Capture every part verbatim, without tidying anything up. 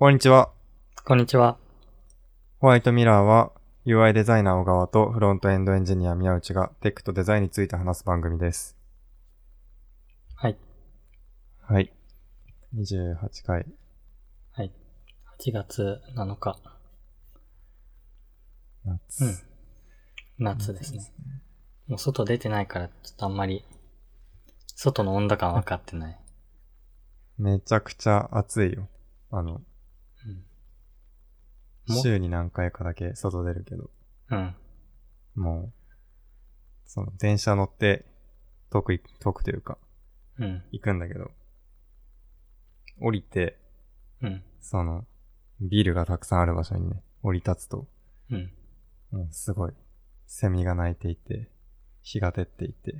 こんにちは。 こんにちは。 ホワイトミラーは ユーアイ デザイナー小川とフロントエンドエンジニア宮内がテックとデザインについて話す番組です。 はい。 はい。にじゅうはちかい。 はい。はちがつなのか。 夏。 うん。夏ですね。ですねもう外出てないから、ちょっとあんまり、外の温度感分かってない。 めちゃくちゃ暑いよ。あの、うん、週に何回かだけ外出るけど。 うん。 もう、その電車乗って遠く、遠くというか、 うん。 行くんだけど、降りて、 うん。 その、ビルがたくさんある場所にね、降り立つと、 うん。 もうすごい、セミが鳴いていて、日が照っていて。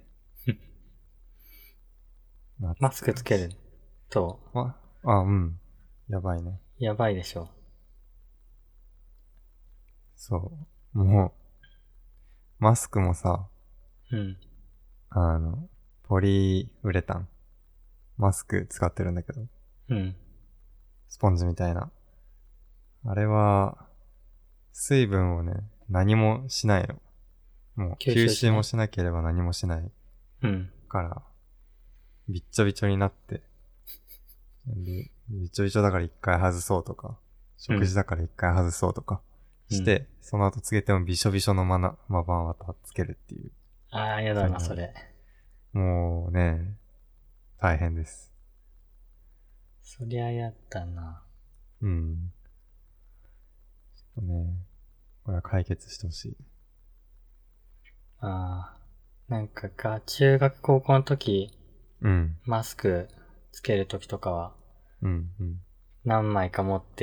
マスクつけると、 ま、あ、うん。やばいね。 やばいでしょ。 そう。もう、マスクもさ、 うん。 あの、ポリウレタン。マスク使ってるんだけど。 うん。 スポンジみたいな。あれは、水分をね、何もしないの。もう吸収もしなければ何もしない。 うん。 から、びっちょびちょになって。で、びっちょびちょだから一回外そうとか、食事だから一回外そうとかして、うん、その後つけてもびしょびしょのまま、まままたつけるっていう。 ああ、やだな、それ。 もうね、大変です。 そりゃやったな。 うん。ちょっとね、これは解決してほしい。 ああ、なんかが、中学高校の時、 うん。 マスクつける時とかは、 うんうん。 何枚か持って、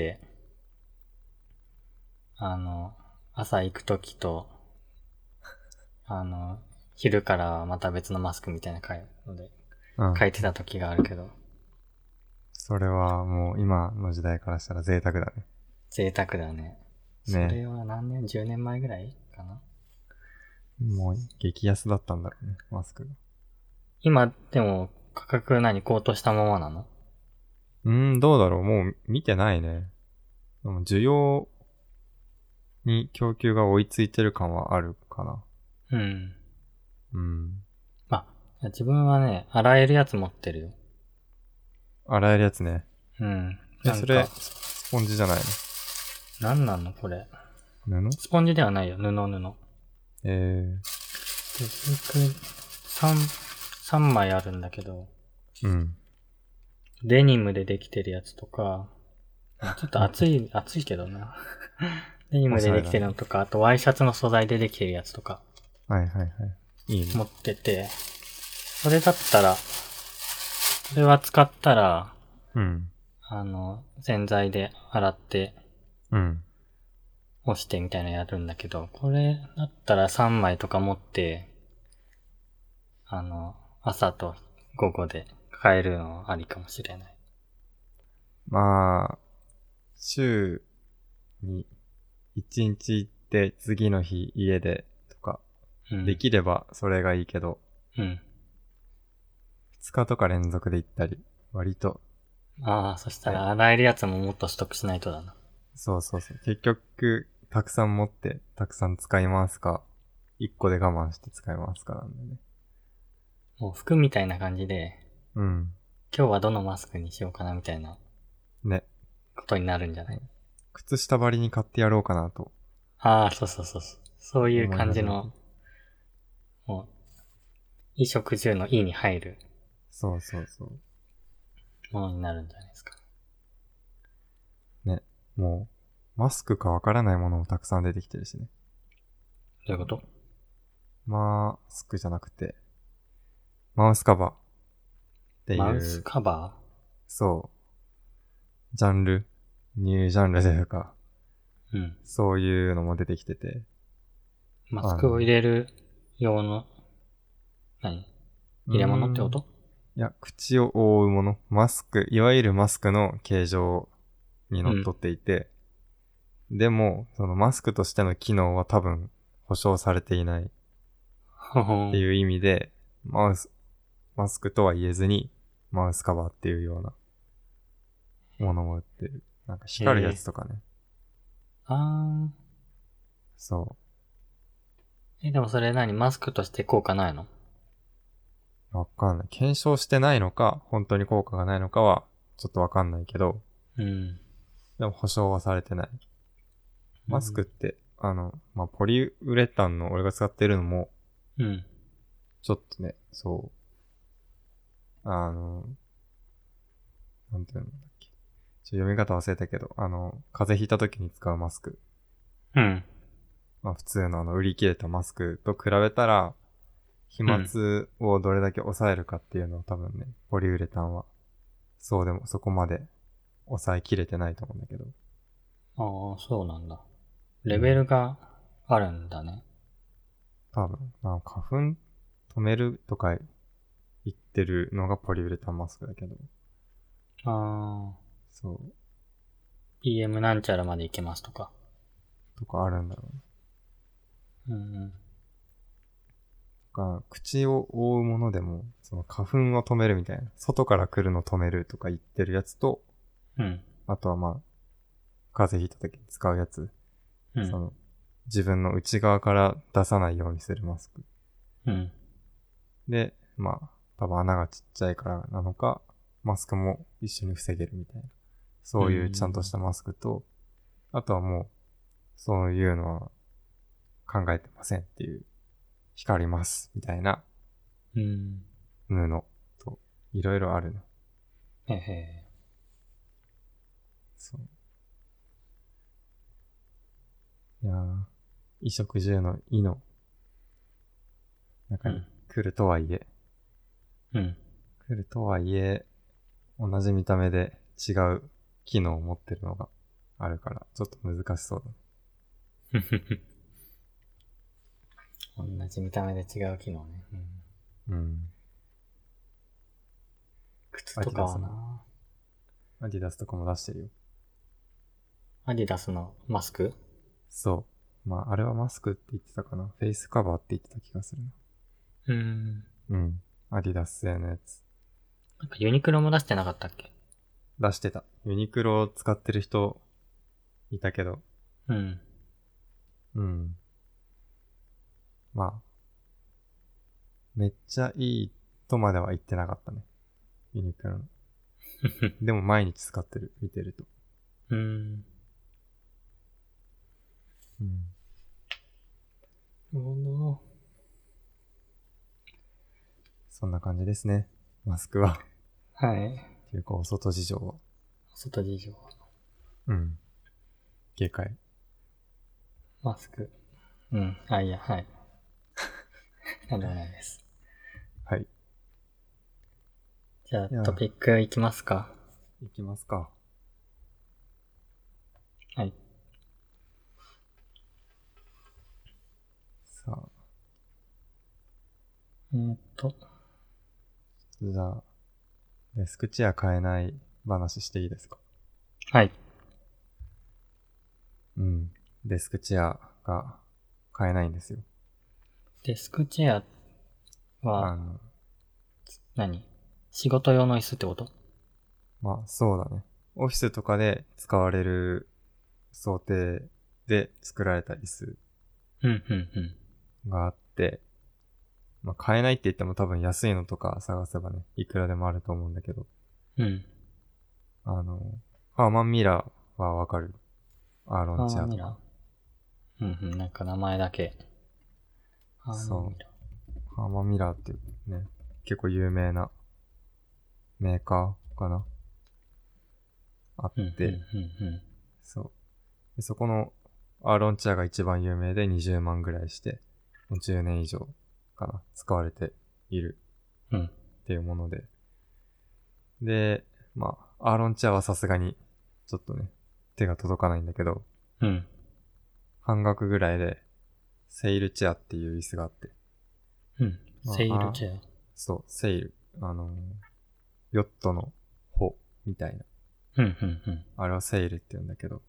あの、朝行く時と、あの、昼からまた別のマスクみたいなので、書いてた時があるけど、うん。 それはもう今の時代からしたら贅沢だね。 贅沢だね。それは何年 ?じゅう 年前ぐらいかな。 もう激安だったんだろうね、マスクが。 今でも価格何高騰したままなの？ うーん、どうだろう。もう見てないね。でも需要に供給が追いついてる感はあるかな。 うん。 うん。 あ、自分はね、洗えるやつ持ってるよ。 洗えるやつね。 うん。 え、それ、スポンジじゃないの？ なんなのこれ。 布？ スポンジではないよ、布布。 えー。三、三枚あるんだけど。 うん。 デニムでできてるやつとか、ちょっと暑い、暑いけどな。デニムでできてるのとか、あとワイシャツの素材でできてるやつとか。 はいはいはい。いいね。 持ってて、それだったら、それは使ったら、 うん。 あの、洗剤で洗って、 うん。 干してみたいなのやるんだけど、これだったらさんまいとか持って、あの、朝と午後で変えるのありかもしれない。 まあ、週にいちにち行って次の日家でとか、うん、できればそれがいいけど、うん。ふつかとか連続で行ったり、割と。 ああ、そしたら洗えるやつももっとストックしないとだな。 そうそうそう。結局、たくさん持って、たくさん使いますか、いっこで我慢して使いますかなんでね。 もう服みたいな感じで、 うん。 今日はどのマスクにしようかなみたいな。ね。ことになるんじゃない？ 靴下張りに買ってやろうかなと。 ああ、そうそうそうそう。そういう感じの、もう、衣食住のいいに入る。 そうそうそう。 ものになるんじゃないですか。 ね。もう、マスクかわからないものもたくさん出てきてるしね。 どういうこと？ マスクじゃなくて、マウスカバーっていう。 マウスカバー？ そう。ジャンル、ニュージャンルというか、 うん。 そういうのも出てきてて。 マスクを入れる用の、何？入れ物ってこと？ いや、口を覆うもの。マスク、いわゆるマスクの形状にのっとっていて、うん、でも、そのマスクとしての機能は多分保証されていないっていう意味で、マウス、マスクとは言えずに、マウスカバーっていうような。 ものも売ってる。なんか光るやつとかね。 あそー。え、でもそれ何マスクとして効果ないの？ う。わかんない。検証してないのか、本当に効果がないのかは、ちょっとわかんないけど、 うん。 でも保証はされてない。マスクって、あの、まあ、ポリウレタンの俺が使ってるのも、 うん。 ちょっとね、そう、あの、なんていうんだっけ。ちょっと読み方忘れたけど、あの、風邪ひいた時に使うマスク。 うん。 まあ、普通のあの、売り切れたマスクと比べたら、飛沫をどれだけ抑えるかっていうのを多分ね、ポリウレタンは、そうでも、そこまで抑えきれてないと思うんだけど。 ああ、そうなんだ。レベルがあるんだね。 多分、まあ、花粉止めるとか言ってるのがポリウレタンマスクだけど。 ああ、 そう。 ピーエム なんちゃらまでいけますとか。 とかあるんだろうね。 うんうん。 か口を覆うものでも、その花粉を止めるみたいな。外から来るの止めるとか言ってるやつと、 うん。 あとはまあ、風邪ひいた時に使うやつ。 うん。 その、自分の内側から出さないようにするマスク。 うん。 で、まあ、多分穴がちっちゃいからなのか、マスクも一緒に防げるみたいな。そういうちゃんとしたマスクと、あとはもう、そういうのは考えてませんっていう、光りますみたいなうん。 布と、いろいろあるね。 へへ。 そう。いやー、衣食住の衣の中に来るとはいえ、 うん。 来るとはいえ、同じ見た目で違う機能を持ってるのがあるから、ちょっと難しそうだね。 ふふふ。同じ見た目で違う機能ね。うん。 うん。 靴とかはな。 アディダスとかも出してるよ。 アディダスのマスク？ そう。まあ、あれはマスクって言ってたかな。フェイスカバーって言ってた気がするうーん。 な。うん。アディダス製のやつ。 なんかユニクロも出してなかったっけ？ 出してた。ユニクロを使ってる人いたけど。 うん。 うん。まあ、めっちゃいいとまでは言ってなかったね。ユニクロの。でも毎日使ってる。見てると。 うーん。 うん。 なるほど。 そんな感じですね。マスクは。 はい。 っていうか、お外事情は。 外事情。 うん。警戒。 マスク。うん。あ、いや、はい。なんでもないです。 はい。 じゃあ、 いやトピックいきますか。 いきますか。 はい。 さあ。 えーっと。 じゃあ、デスクチェア買えない話していいですか？ はい。 うん。デスクチェアが買えないんですよ。 デスクチェアあはの、 何？仕事用の椅子ってこと？ まあそうだね。オフィスとかで使われる想定で作られた椅子うん、うん、うん。 があって、まあ買えないって言っても多分安いのとか探せばね、いくらでもあると思うんだけど、 うん。 あの、ハーマンミラーはわかる？アーロンハーチェアとか。 マンミラー？うん、うん。なんか名前だけ。ハーマンそミラう。ハーマンミラーっていうね、結構有名なメーカーかなあっー。うん、 て、 うん、うん、 そうで。そこのアーロンチェアが一番有名でにじゅうまんぐらいして、もうじゅうねん以上かな、使われているうん。 っていうもので。で、まあ、アーロンチェアはさすがに、ちょっとね、手が届かないんだけど、 うん。 半額ぐらいで、セイルチェアっていう椅子があって。 うん。 まあセイルチェア。 そう、セイル。あのー、ヨットの帆みたいな。 うん、うん、うん。 あれはセイルって言うんだけど、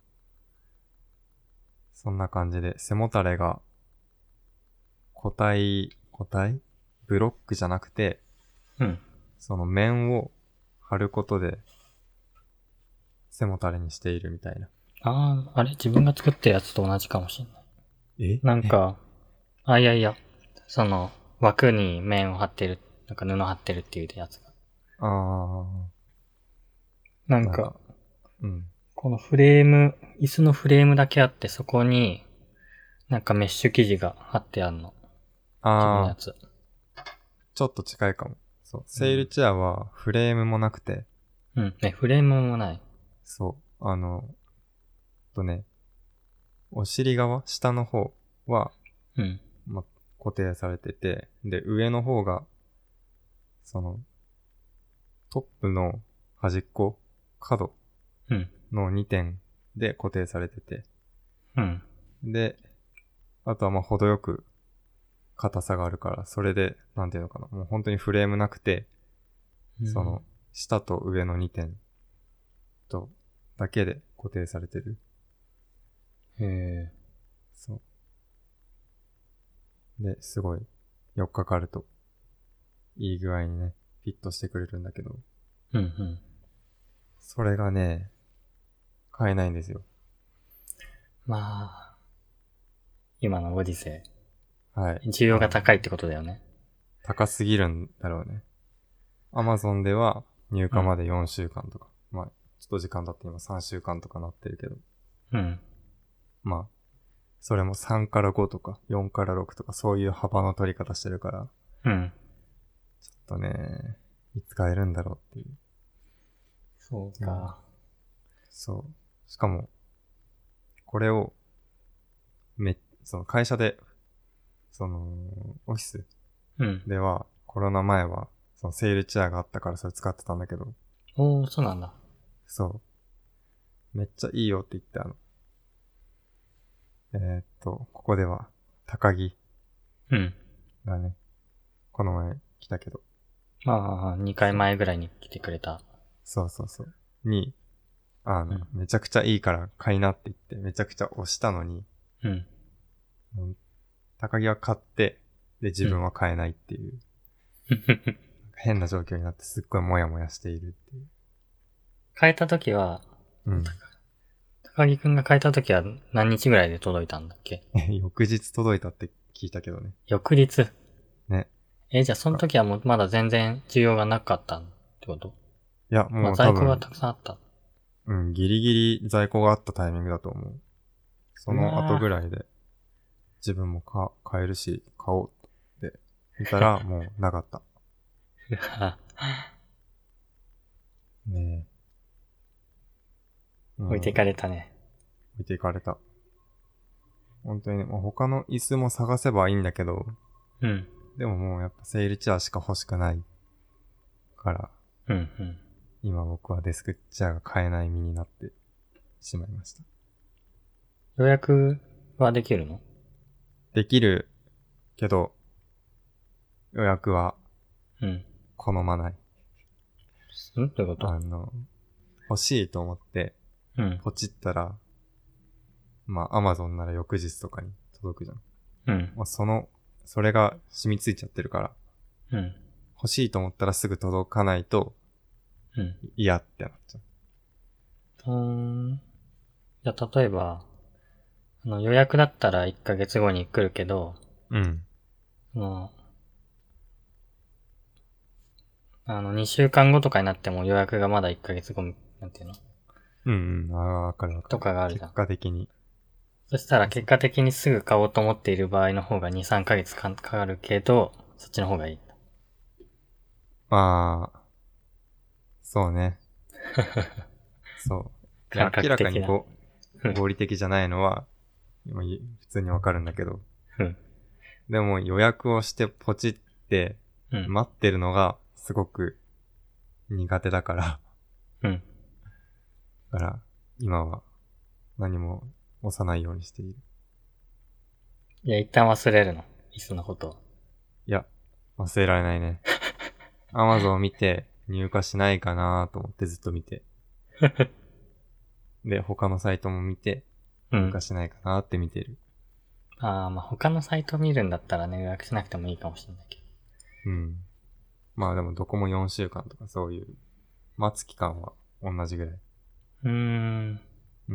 そんな感じで、背もたれが、固体、固体ブロックじゃなくて、 うん。 その面を貼ることで、 背もたれにしているみたいな。 ああ、あれ自分が作ってるやつと同じかもしれない。 えなんか、あ、いやいや、その、枠に面を貼ってる、なんか布貼ってるっていうやつが。 あー。 なんか、 なんかうん。 このフレーム、椅子のフレームだけあって、そこに、なんかメッシュ生地が貼ってあるの。自分のやあー。 つ。 ちょっと近いかも。そう。セールチェアはフレームもなくて、 うん。ね、フレームもない。 そう。あの、とね、お尻側、下の方は、 うん。 ま、固定されてて、で、上の方が、その、トップの端っこ、角うん。 のにてんで固定されてて、 うん。 で、あとはま、程よく硬さがあるから、それで、なんていうのかな、もう本当にフレームなくて、 うんその、下と上のにてんと、だけで固定されてる。 へえ。 そう。で、すごい、よっかかると、いい具合にね、フィットしてくれるんだけど、 うんうん。 それがね、買えないんですよ。 まあ、今のご時世、 はい。 需要が高いってことだよね。 高すぎるんだろうね。アマゾンでは入荷までよんしゅうかんとか。まあ、ちょっと時間経って今さんしゅうかんとかなってるけど。 うん。 まあ、それもさんからごとかよんからろくとかそういう幅の取り方してるから、 うん。 ちょっとね、いつ買えるんだろうっていう。 そうか。 そう。しかも、これを、め、その会社で、その、オフィスうん。 では、コロナ前は、そのセールチェアがあったからそれ使ってたんだけど、 おー、そうなんだ。 そう。めっちゃいいよって言って、あの、えー、っと、ここでは、高木うん。 がね、この前来たけど、 まあ、にかいまえぐらいに来てくれた。 そうそうそう、に、あの、 うんめちゃくちゃいいから買いなって言って、めちゃくちゃ押したのに、 うん。 うん高木は買って、で、自分は買えないっていう、変な状況になってすっごいモヤモヤしているっていう。 変えたときは、 うん。 高木くんが変えたときは何日ぐらいで届いたんだっけ？ 翌日届いたって聞いたけどね。 翌日。 ね。 え、じゃあその時はもうまだ全然需要がなかったってこと？ いや、 まあもう多分、 在庫がたくさんあった。 うん、ギリギリ在庫があったタイミングだと思う。その後ぐらいで、自分もか買えるし、買おうって見たら、もうなかった。ねえ。うん置いていかれたね。 置いていかれた。本当にね、もう他の椅子も探せばいいんだけど、 うん。 でももうやっぱセールチェアしか欲しくないから、 うんうん。 今僕はデスクチェアが買えない身になってしまいました。 予約はできるの？ できるけど、予約はうん。 好まない。 んどういうこと？ あの、欲しいと思って、 うん。 ポチったら、まあ、アマゾンなら翌日とかに届くじゃん。 うん。 まあ、その、それが染みついちゃってるから、 うん。 欲しいと思ったらすぐ届かないとうん。 嫌ってなっちゃう。 うーん。じゃあ例えば、あの予約だったらいっかげつごに来るけど、 うん。 その、あの、にしゅうかんごとかになっても予約がまだいっかげつご、なんていうのうんうん。ああ、わかるわかる。 とかがあるじゃん結果的に。 そしたら結果的にすぐ買おうと思っている場合の方がに、さんかげつかかるけど、そっちの方がいい。 まあ、そうね。そう。いや感覚明らかに的な。 ご合理的じゃないのは、今普通にわかるんだけど。 うん。 でも予約をしてポチってうん。 待ってるのがすごく苦手だから。 うん。 だから今は何も押さないようにしている。 いや、一旦忘れるの。椅子のことを。 いや、忘れられないね。Amazon を見て入荷しないかなと思ってずっと見て。で、他のサイトも見てうん入荷。しないかなって見てる。 ああ、まあ他のサイト見るんだったらね、予約しなくてもいいかもしれないけど。 うん。まあでもどこもよんしゅうかんとかそういう待つ期間は同じぐらい。 うーん。 うん。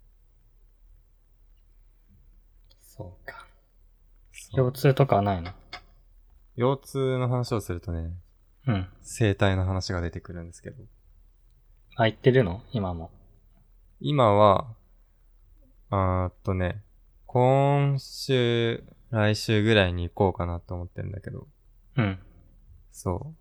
そうか。 そう腰痛とかはないの？ 腰痛の話をするとね、 うん。 整体の話が出てくるんですけど、 あ、行ってるの今も？ 今は、あーっとね、今週、来週ぐらいに行こうかなと思ってんだけど、 うん。 そう。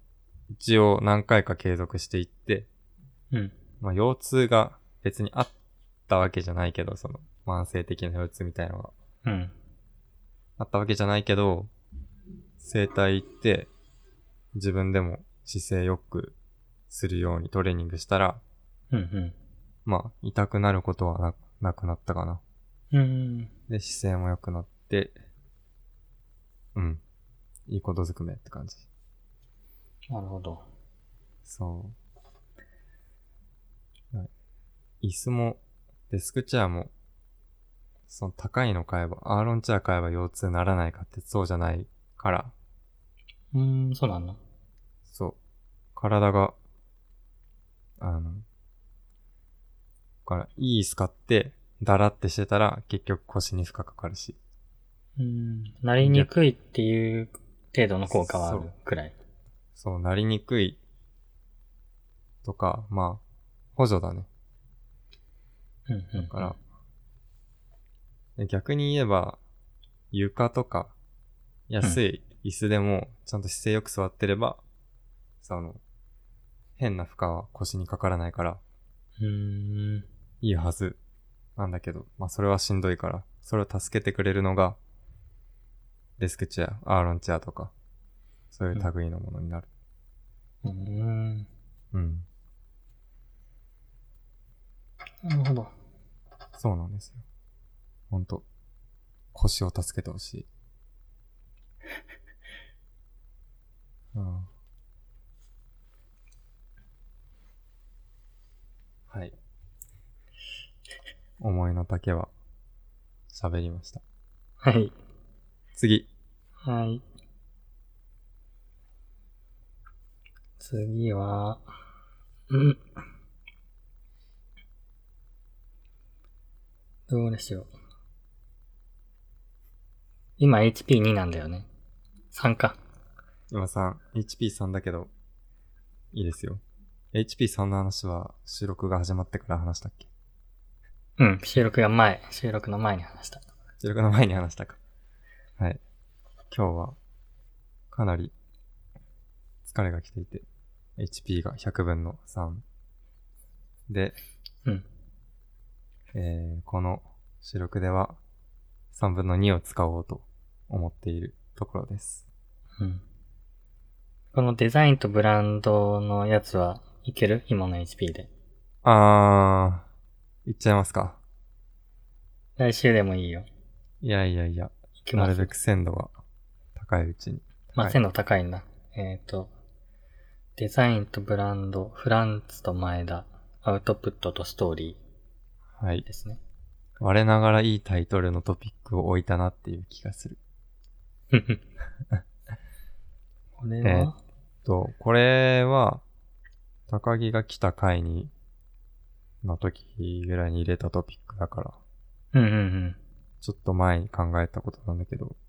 一応何回か継続していって、 うん。 まあ腰痛が別にあったわけじゃないけど、その慢性的な腰痛みたいなのがうん。 あったわけじゃないけど、整体行って自分でも姿勢よくするようにトレーニングしたら、 うん。 まあ痛くなることはな、なくなったかな。 うん。うーん。 で、姿勢も良くなって、うん。いいことずくめって感じ。 なるほど。 そう。はい、椅子も、デスクチェアも、その高いの買えば、アーロンチェア買えば腰痛ならないかってそうじゃないから、 うーん、そうなの？ そう。体が、あの、から、いい椅子買って、だらってしてたら、結局腰に負荷かかるし。 うーん。なりにくいっていう程度の効果はあるくらい。 そう、なりにくいとか、まあ、補助だね。 うんうん、うん。 だから、逆に言えば、床とか、安い椅子でも、ちゃんと姿勢よく座ってれば、その、変な負荷は腰にかからないから、 うーん。 いいはずなんだけど、まあそれはしんどいから、それを助けてくれるのが、デスクチェア、アーロンチェアとか、そういう類のものになる。 うーん。 うん。 なるほど。 そうなんですよ。ほんと、腰を助けてほしい。うん。はい。思いの丈は、喋りました。 はい。 次。 はい。次は、うん。どうでしょう。今 エイチピーに なんだよね。さんか。 今さん、エイチピーさん だけど、いいですよ。エイチピーさん の話は収録が始まってから話したっけ？ うん、収録が前、収録の前に話した。 収録の前に話したか。はい。今日は、かなり、疲れが来ていて、エイチピー がひゃくぶんのさん。で、 うん。 えー、この収録では、さんぶんのにを使おうと思っているところです。 うん。このデザインとブランドのやつはいける？今の エイチピー で。 あー、いっちゃいますか。 来週でもいいよ。 いやいやいや、 いきます。 なるべく鮮度が高いうちに。 まあ、鮮度高いんだ。えっと、デザインとブランド、フランツと前田、アウトプットとストーリはいー。ですね。 我ながらいいタイトルのトピックを置いたなっていう気がする。 これえーっは、 と、これは、高木が来た回に、の時ぐらいに入れたトピックだから、 うんうんうん。 ちょっと前に考えたことなんだけど、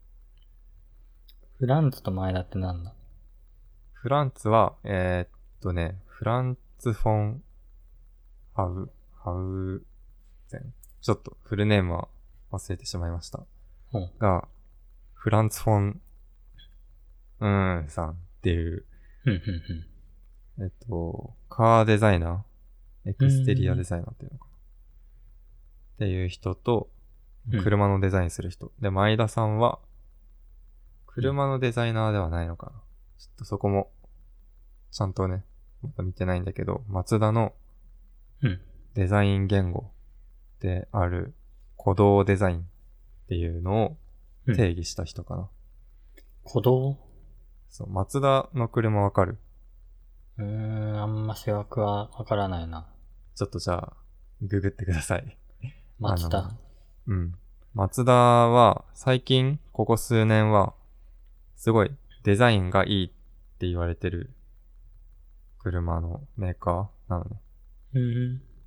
フランツと前田ってなんだ？ フランツは、えーっとね、フランツ・フォン・ハウ、ハウゼン。ちょっとフルネームは忘れてしまいました。 うん。 が、フランツ・フォン、うーんさんっていう、 うんうんえっと、カーデザイナー、エクステリアデザイナーっていうのかな。っていう人と、 うん。 車のデザインする人。で、前田さんは、車のデザイナーではないのかな。ちょっとそこも、ちゃんとね、まだ見てないんだけど、マツダのうん。 デザイン言語である鼓動デザインっていうのをうん。 定義した人かな。 鼓動？ そう、マツダの車わかる？ うーん、あんまし枠はわからないな。 ちょっとじゃあ、ググってください。 松田。 あのうん。マツダは、最近、ここ数年は、すごいデザインがいいって言われてる車のメーカーなのね。 うん。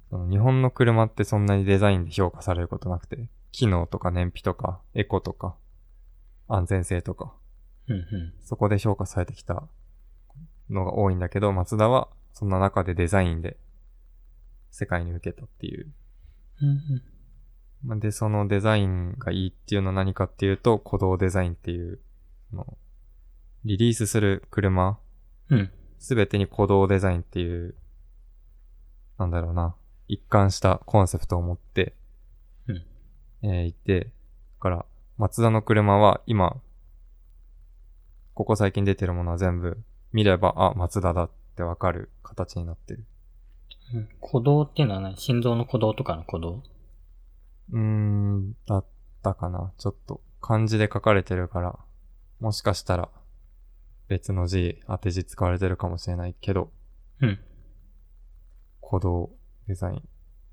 日本の車ってそんなにデザインで評価されることなくて、機能とか燃費とかエコとか安全性とか、 うんうん。 そこで評価されてきたのが多いんだけど、マツダはそんな中でデザインで世界に受けたっていう。 うんうん。 で、そのデザインがいいっていうのは何かっていうと、鼓動デザインっていう、のリリースする車、 うん。 すべてに鼓動デザインっていう、なんだろうな、一貫したコンセプトを持って、 うん。 えー、いて、だから、マツダの車は今、ここ最近出てるものは全部見れば、あ、マツダだってわかる形になってる。 うん、鼓動っていうのは何？心臓の鼓動とかの鼓動？ うーん、だったかな。ちょっと漢字で書かれてるから、もしかしたら別の字、当て字使われてるかもしれないけど、 うん。 鼓動デザイン。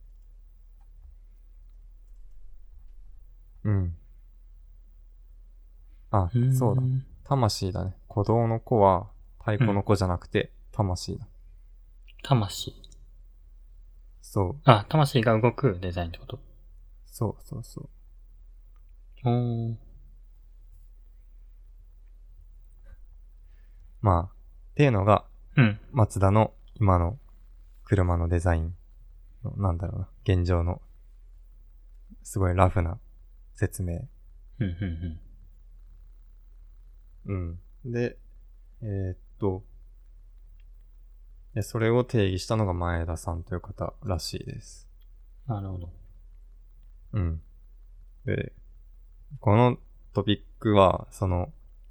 うん。あ、 うーん。 そうだ。魂だね。鼓動の子は太鼓の子じゃなくて、魂だ。 魂。 そう。 あ、魂が動くデザインってこと？ そうそうそう。 おー。 まあ、っていうのが、 うん。 マツダの今の車のデザインの、なんだろうな、現状の、すごいラフな説明。 うん、うん、 うん。で、えー、っと、で、それを定義したのが前田さんという方らしいです。 なるほど。 うん。で、このトピックは、その、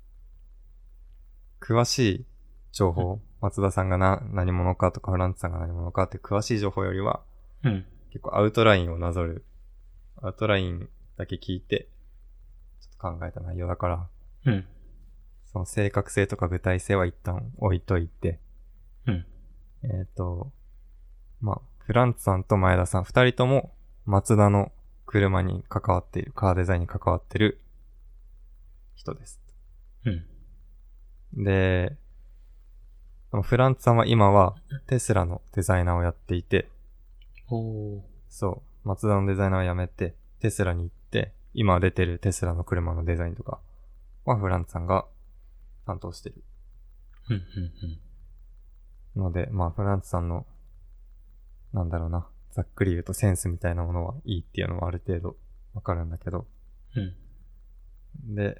詳しい情報、うん、松田さんがな、何者かとかフランツさんが何者かって詳しい情報よりは、 うん。 結構アウトラインをなぞる。アウトラインだけ聞いて、ちょっと考えた内容だから、 うん。 その正確性とか具体性は一旦置いといて、 うん。 えっと、まあ、フランツさんと前田さん、二人とも、松田の車に関わっている、カーデザインに関わってる人です。 うん。 で、フランツさんは今はテスラのデザイナーをやっていて、 おー。 そう、松田のデザイナーを辞めて、テスラに行って、今出てるテスラの車のデザインとかはフランツさんが担当してる。 うん、うん、 うん。ので、まあ、フランツさんの、なんだろうな、ざっくり言うとセンスみたいなものはいいっていうのはある程度わかるんだけど、 うん。 で、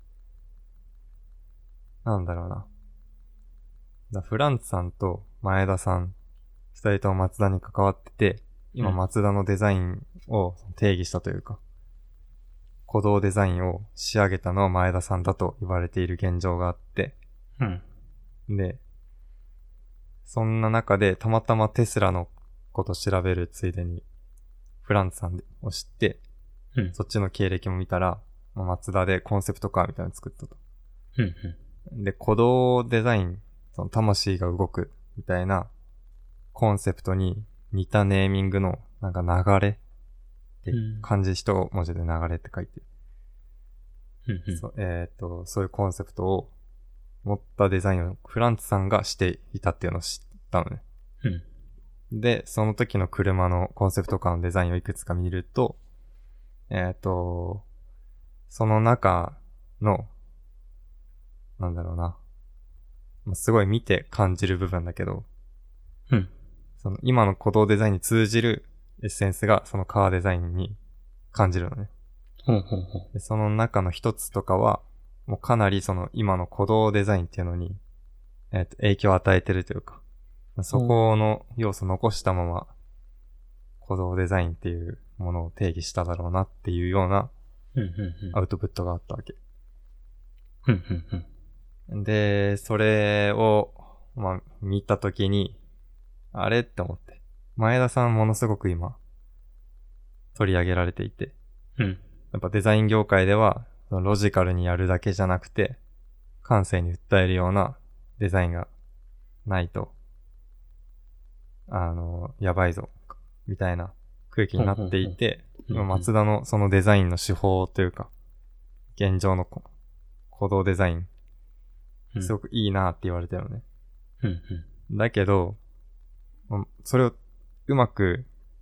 なんだろうな。だフランツさんと前田さん、二人とも松田に関わってて、今松田のデザインを定義したというか、鼓動デザインを仕上げたのは前田さんだと言われている現状があって、 うん。 で、そんな中でたまたまテスラのこと調べるついでに、フランツさんを知って、 うん。 そっちの経歴も見たら、松田でコンセプトカーみたいなの作ったと。 うん、うん。 で、鼓動デザイン、その魂が動くみたいなコンセプトに似たネーミングのなんか流れって漢字一文字で流れって書いて、 うんうん、 そえっ、ー、と、そういうコンセプトを持ったデザインをフランツさんがしていたっていうのを知ったのね。 うん、 で、その時の車のコンセプトカーのデザインをいくつか見ると、えっ、ー、と、その中の、なんだろうな。すごい見て感じる部分だけど、 うん。 その今の鼓動デザインに通じるエッセンスがそのカーデザインに感じるのね。 ほうほうほう。 でその中の一つとかは、もうかなりその今の鼓動デザインっていうのに、えっと、影響を与えてるというか、そこの要素を残したまま、鼓動デザインっていうものを定義しただろうなっていうようなアウトプットがあったわけ。 うんうんうん、 で、それを、まあ、見たときに、あれって思って。前田さんものすごく今、取り上げられていて。 うん。 やっぱデザイン業界では、ロジカルにやるだけじゃなくて、感性に訴えるようなデザインがないと、あの、やばいぞ、みたいな空気になっていて、今松田のそのデザインの手法というか、現状の鼓動デザイン、すごくいいなって言われてるのね。 うんうん、 だけど、それをうまく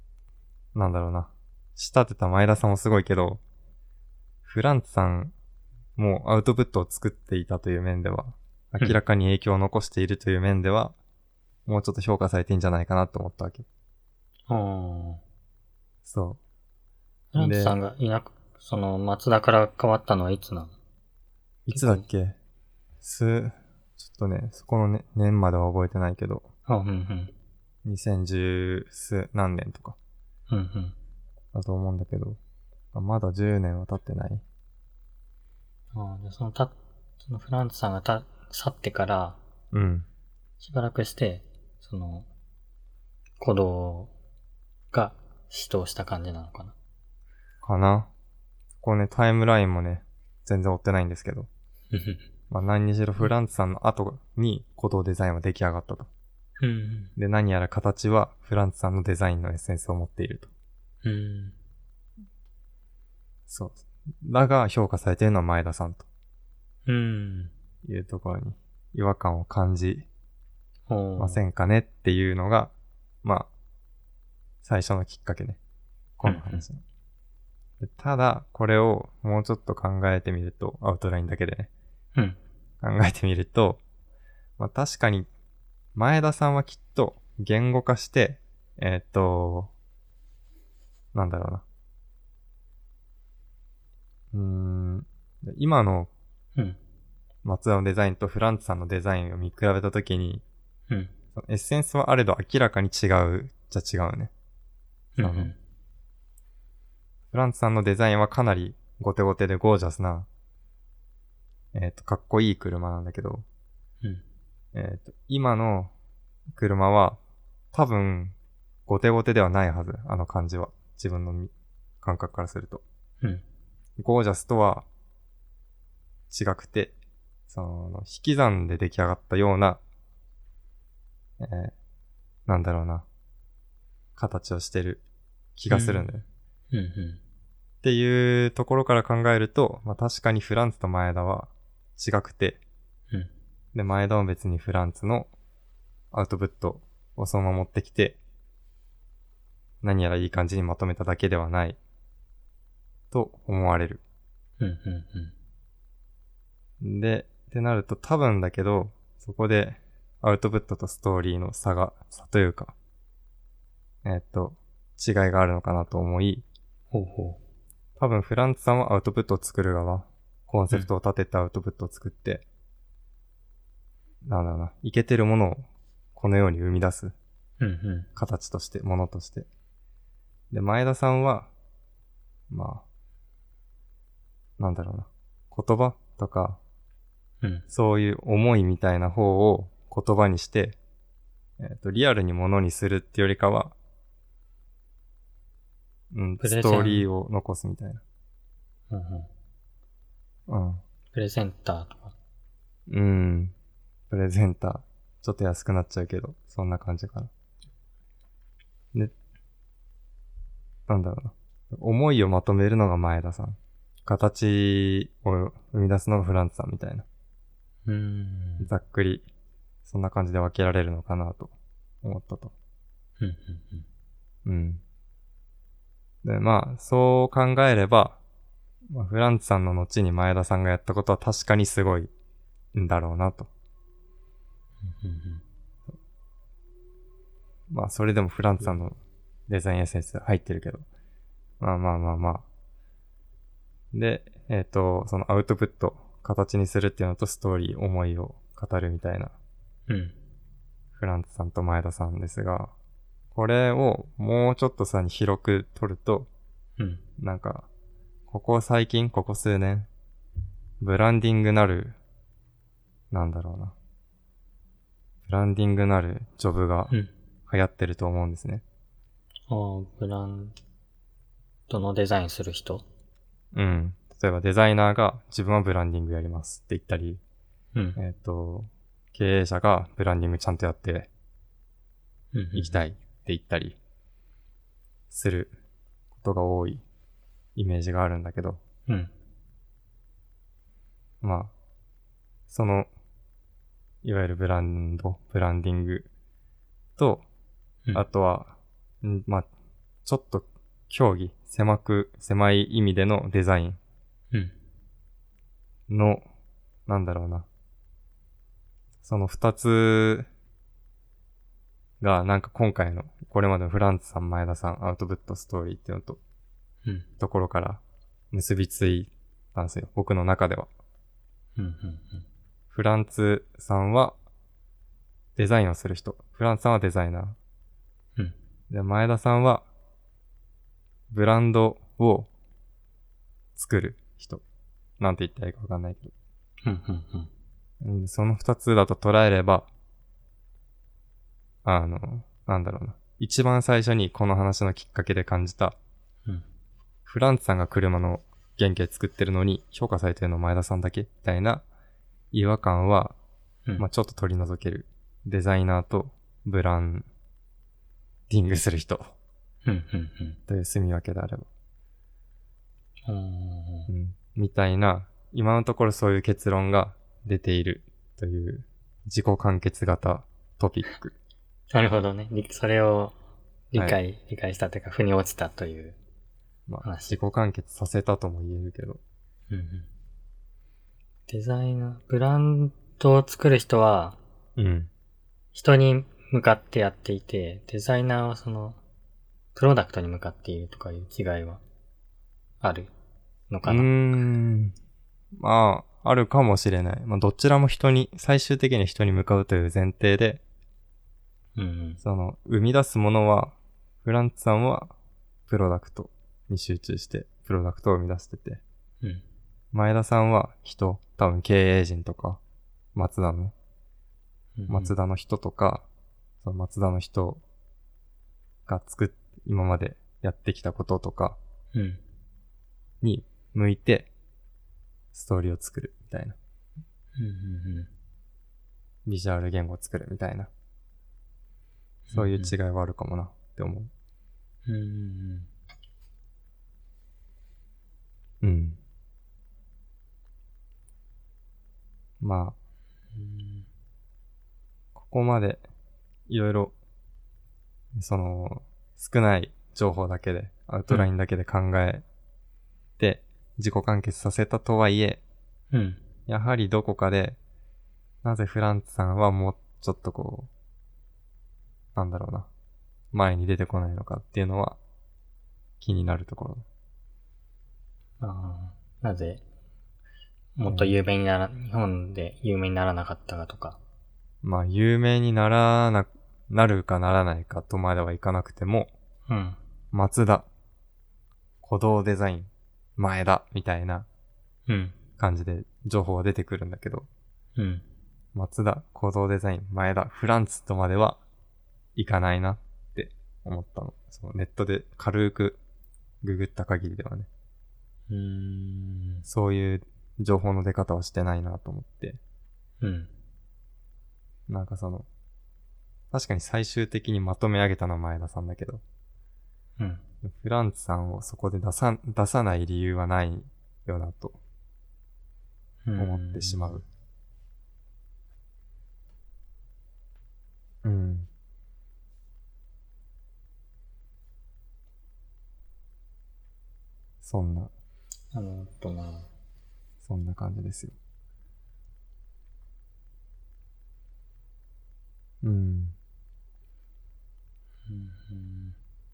なんだろうな。仕立てた前田さんもすごいけど、フランツさんもアウトプットを作っていたという面では、明らかに影響を残しているという面では、うん、もうちょっと評価されていいんじゃないかなと思ったわけ。 ああ。 そう。 フランツさんがいなく、その、松田から変わったのはいつなの？ いつだっけ？す、ちょっとね、そこのね、年までは覚えてないけど。 あ、うんうん。 にせんじゅう数何年とか。 うんうん。 だと思うんだけど。まだじゅうねんは経ってない。 ああ、じゃあそのた、そのフランツさんがた、去ってから、 うん。 しばらくして、その、鼓動が始動した感じなのかな。 かな。こうね、タイムラインもね、全然追ってないんですけど。まあ何にしろフランツさんの後に鼓動デザインは出来上がったと。 うん、 で、何やら形はフランツさんのデザインのエッセンスを持っていると。 うん、 そう。だが評価されているのは前田さんと。 うん。 いうところに違和感を感じませんんかねっていうのが、まあ、最初のきっかけね。この話の。でただ、これをもうちょっと考えてみると、アウトラインだけでね。 うん。 考えてみると、まあ確かに、前田さんはきっと言語化して、えー、っと、なんだろうな。うーん、今の松田のデザインとフランツさんのデザインを見比べたときに、 うん。 エッセンスはあれど明らかに違うじゃ違うね。 うん。 そのフランツさんのデザインはかなりゴテゴテでゴージャスな、えっと、かっこいい車なんだけど、 うん。 えっと、今の車は多分ゴテゴテではないはず。あの感じは。自分の感覚からすると。 うん。 ゴージャスとは違くて、その、引き算で出来上がったような、えー、なんだろうな、形をしてる気がするんだよ。 うん。うん。 っていうところから考えると、まあ確かにフランツと前田は違くて、 うん。 で、前田は別にフランツのアウトプットをそのまま持ってきて、何やらいい感じにまとめただけではない、と思われる。 うん。うん。 で、ってなると多分だけど、そこでアウトプットとストーリーの差が、差というか、えーっと、違いがあるのかなと思い、 ほうほ多分フランツさんはアウトプットを作る側、コンセプトを立ててアウトプットを作って、うん、なんだろうな、イケてるものをこのように生み出す。 うん。うん。 形として、ものとして。で、前田さんは、まあ、なんだろうな、言葉とか、 うん。 そういう思いみたいな方を言葉にして、えっと、リアルにものにするってよりかは、うん、ストーリーを残すみたいな。 うん。 うん。 プレゼンターとか。 うん。プレゼンター。ちょっと安くなっちゃうけど、そんな感じかな。で、なんだろうな。思いをまとめるのが前田さん。形を生み出すのがフランツさんみたいな。 うん。 ざっくり、そんな感じで分けられるのかなと思ったと。 うん。 うん。で、まあ、そう考えれば、まあ、フランツさんの後に前田さんがやったことは確かにすごいんだろうなと。 うん。 まあ、それでもフランツさんのデザインエッセンス入ってるけど。まあまあまあまあ。で、えっと、そのアウトプット、形にするっていうのとストーリー、思いを語るみたいな。 うん。 フランツさんと前田さんですが、これをもうちょっとさに広く取ると、 うん。 なんか、ここ最近、ここ数年、ブランディングなる、なんだろうな。ブランディングなるジョブが流行ってると思うんですね。 うん、ああ、ブランドのデザインする人？ うん。例えばデザイナーが自分はブランディングやりますって言ったり、 うん。 えっと、経営者がブランディングちゃんとやっていきたいって言ったりすることが多いイメージがあるんだけど、 うん。 まあ、その、いわゆるブランド、ブランディングと、 うん、 あとは、んまあ、ちょっと競技、狭く、狭い意味でのデザインうん。 の、なんだろうな。その二つが、なんか今回の、これまでのフランツさん、前田さん、アウトプットストーリーっていうのと、 うん。 ところから結びついたんですよ。僕の中では。 うん。うん。 フランツさんはデザインをする人。フランツさんはデザイナー。 うん。 で、前田さんはブランドを作る人。なんて言ったらいいかわかんないけど。 うん。うん。 うん、その二つだと捉えれば、あの、なんだろうな。一番最初にこの話のきっかけで感じた、 うん。 フランツさんが車の原型作ってるのに評価されてるの前田さんだけみたいな違和感は、 うん。 まあちょっと取り除ける。デザイナーとブランディングする人うん。うん。うん。 という住み分けであれば。 おーうん。みたいな、今のところそういう結論が出ているという自己完結型トピック。 なるほどね。りそれを理解、 は理解したというか、腑に落ちたという。 まあ、 話自己完結させたとも言えるけど。 うんうん。デザイナー、ブランドを作る人は、 うん。 人に向かってやっていて、デザイナーはその、プロダクトに向かっているとかいう違いは、あるのうーかな。 ん。まあ、あるかもしれない。まあ、どちらも人に、最終的に人に向かうという前提で、 うんうん。 その、生み出すものは、フランツさんは、プロダクトに集中して、プロダクトを生み出してて、 うん。 前田さんは人、多分経営陣とか、松田の、 うん松田の人とか、その松田の人が作っ、今までやってきたこととかうん。 に向いて、ストーリーを作るみたいな。 うんうんビジュアル言語を作るみたいな。そういう違いはあるかもなって思う。 うん。うんうんうん。まあ、 うんここまでいろいろ、その、少ない情報だけで、アウトラインだけで考えて、自己完結させたとはいえ、 うん。 やはりどこかで、なぜフランツさんはもうちょっとこう、なんだろうな、前に出てこないのかっていうのは気になるところ。 ああ、なぜ、もっと有名になら、日本で有名にならなかったかとか。 まあ、有名にならな、なるかならないかとまではいかなくても、 うん。 松田、鼓動デザイン、前田、みたいなうん。 感じで情報は出てくるんだけど、 うん。 松田、鼓動デザイン、前田、フランツとまではいかないなって思ったの。そうネットで軽くググった限りではね。 うーん。 そういう情報の出方はしてないなと思って。 うん。 なんかその、確かに最終的にまとめ上げたのは前田さんだけど、 うん。 フランツさんをそこで出さ、出さない理由はないよなと思ってしまう。うん。そんな、 あの、とな。 そんな感じですよ。うん。 うんうん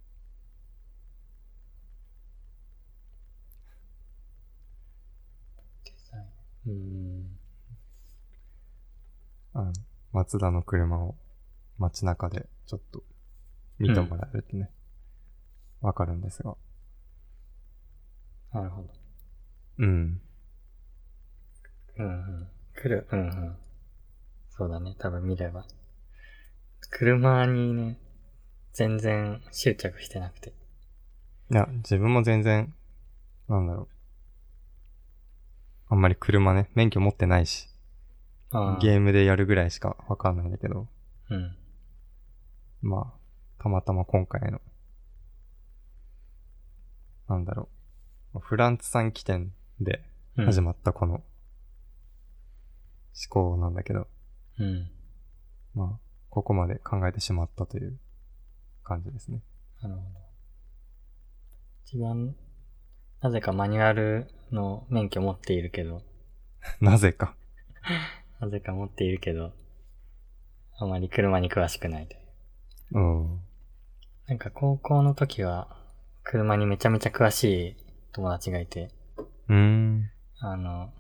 デザイン。うん。 あの、松田の車を街中でちょっと見てもらえるとね、わ、かるんですが。 なるほど。 うん。 うんうん。来る。うんうん。そうだね。多分見れば。車にね、全然執着してなくて。 いや、自分も全然、なんだろう。あんまり車ね、免許持ってないし、 ああ。 ゲームでやるぐらいしかわかんないんだけど、 うん。 まあ、たまたま今回の、なんだろう。フランツさん起点で始まったこの思考なんだけど、 うん。 まあ、ここまで考えてしまったという感じですね。 なるほど。 一番、なぜかマニュアルの免許持っているけど、 なぜか。 なぜか持っているけど、あまり車に詳しくないという。 うん。 なんか高校の時は、車にめちゃめちゃ詳しい友達がいて、 うーん。 あの、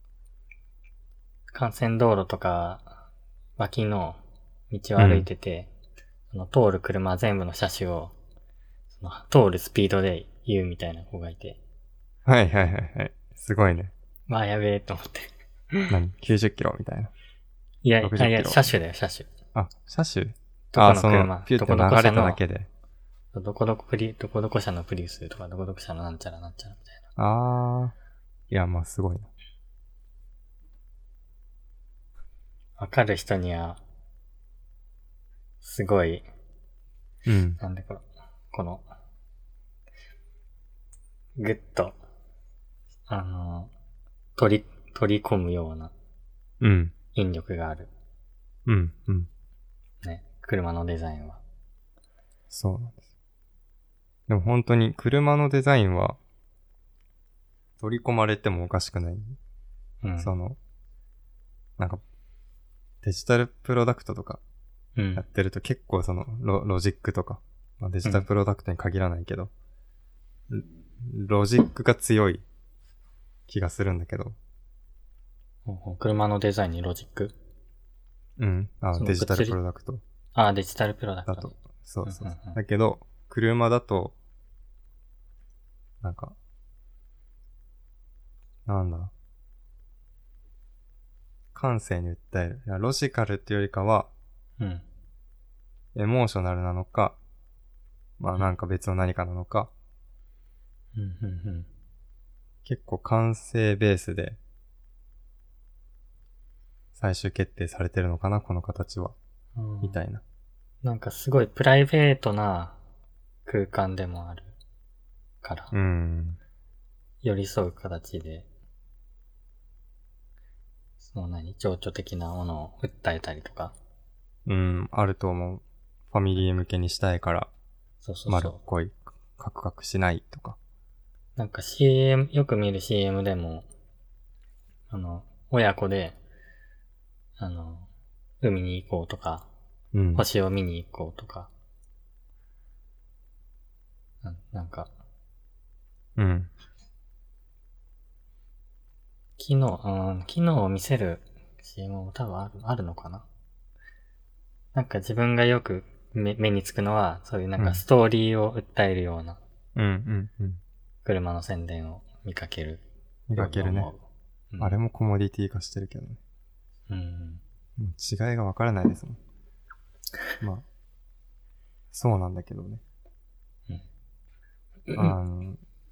幹線道路とか、脇の道を歩いてて、その通る車全部の車種を、その通るスピードで言うみたいな子がいて、 はいはいはいはい。すごいね。 まあやべえと思って。 何 ?きゅうじゅっ キロみたいな。 いや、 ろくじゅっあいや、 キロ車種だよ、車種。 あ、車種どこあ、その車の、ピューってどこどこ流れた車のだけで。 どこどこプリ、どこどこ車のプリウスとか、どこどこ車のなんちゃらなんちゃらみたいな。 あー。いや、まあすごいな。 わかる人には、すごい、 うん。 なんでこの、この、ぐっと、あの、取り、取り込むようなうん。 引力がある。 うん。うん。 ね。車のデザインは。 そうなんです。でも本当に車のデザインは取り込まれてもおかしくない。 うん。 その、なんか、デジタルプロダクトとかうんやっ。てると結構そのロ、ロジックとか、まあ、デジタルプロダクトに限らないけど、ロロジックが強い気がするんだけど、 ほうほう車のデザインにロジックうん。あそのデジタル物理プロダクトああ、デジタルプロダクト、 だと。そうそうそう。 うんうんうんだけど、車だと、なんか、なんだ。感性に訴える。いや、ロジカルっていうよりかは、 うん。 エモーショナルなのか、まあなんか別の何かなのか、 うん、うん、うん。 結構感性ベースで、最終決定されてるのかな、この形は。 うんみたいな。 なんかすごいプライベートな空間でもあるから、 うーん。 寄り添う形で、その何、情緒的なものを訴えたりとか。 うん、あると思う。ファミリー向けにしたいから、 そうそうそう。 丸っこい、カクカクしないとか。 なんか シーエム、よく見る シーエム でも、あの、親子で、あの、海に行こうとか、 うん。 星を見に行こうとか、ななんか、 うん。 機能、うん、機能を見せる シーエム も多分ある、あるのかな。なんか自分がよく目目につくのは、そういうなんかストーリーを訴えるようなうん、うん、うん。 車の宣伝を見かける。 見かけるね。 うん、 あれもコモディティ化してるけどね。 うん。 もう違いがわからないですもん。まあ、そうなんだけどね。 うん。 あの、だ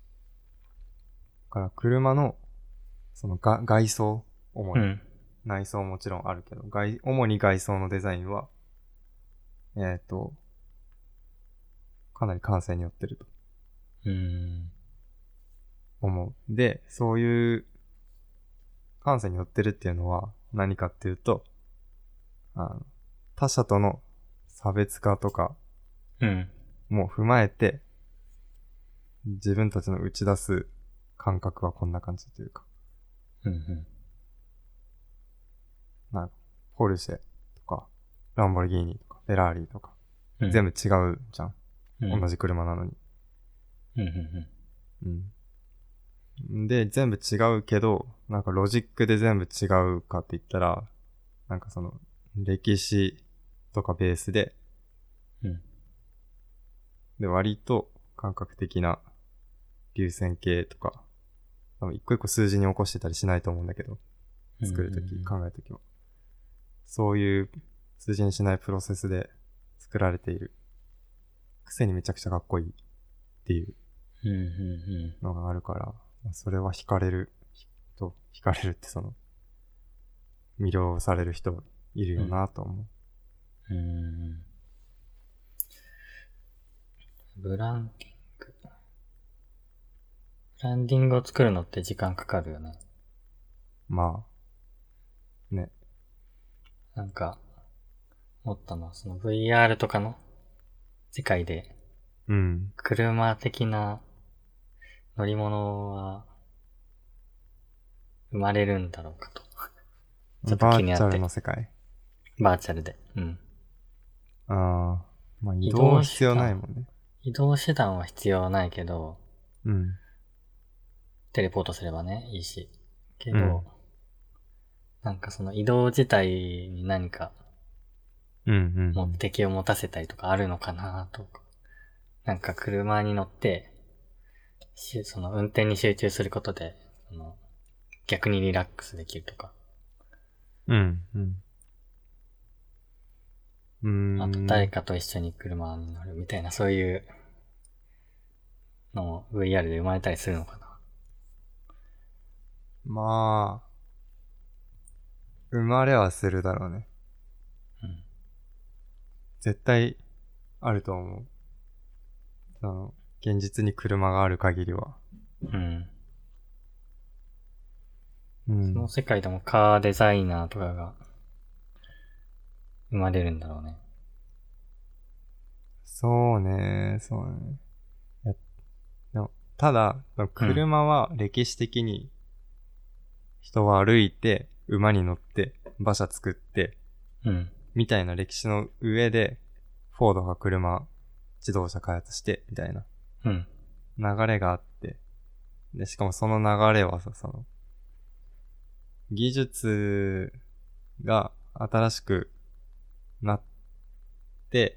から車の、そのが外装、主に、 うん。 内装もちろんあるけど、外、主に外装のデザインは、えっ、ー、と、かなり感性によってるとうん。 思う。で、そういう感性によってるっていうのは何かっていうと、あの他者との差別化とかうん。 も踏まえて、自分たちの打ち出す感覚はこんな感じというか、 うん。うん。 なんか、ポルシェとか、ランボルギーニとか、フェラーリとか、 うん。 全部違うじゃん。 うん、 同じ車なのに。 うん。うん。 うん。で、全部違うけど、なんかロジックで全部違うかって言ったら、なんかその、歴史とかベースで、 うん。 で、割と感覚的な流線形とか、多分一個一個数字に起こしてたりしないと思うんだけど、作るとき、 うんうんうん考えるときは。そういう数字にしないプロセスで作られている。くせにめちゃくちゃかっこいいっていううん。うん。 のがあるから、それは惹かれる人、惹かれるってその、魅了される人いるよなと思うん。うん。ブランディング。ブランディングを作るのって時間かかるよね。 う。まあ、ね。 なんか、思ったのは、その ブイアール とかの世界で、 うん。 車的な乗り物は生まれるんだろうかと。ちょっとバ気になってーチャルの世界。 バーチャルで。うん。 ああ。まあ移動は必要ないもんね。 移動手段は必要ないけど、 うん。 テレポートすればね、いいし。けど、 うん、 なんかその移動自体に何かうんうん、 目的を持たせたりとかあるのかなとか。なんか車に乗って、その運転に集中することで、その逆にリラックスできるとか。 うん、うん。うーん。 あと誰かと一緒に車に乗るみたいな、そういうのも ブイアール で生まれたりするのかな。 まあ、生まれはするだろうね。 うん。 絶対あると思う。その、現実に車がある限りは。 うん。 うん。 その世界でもカーデザイナーとかが生まれるんだろうね。 そうね、そうね。いやでもただ、車は歴史的に人は歩いて、馬に乗って、馬車作って、 うん。 みたいな歴史の上で、フォードが車、自動車開発して、みたいなうん。 流れがあって、で、しかもその流れはさ、その、技術が新しくなって、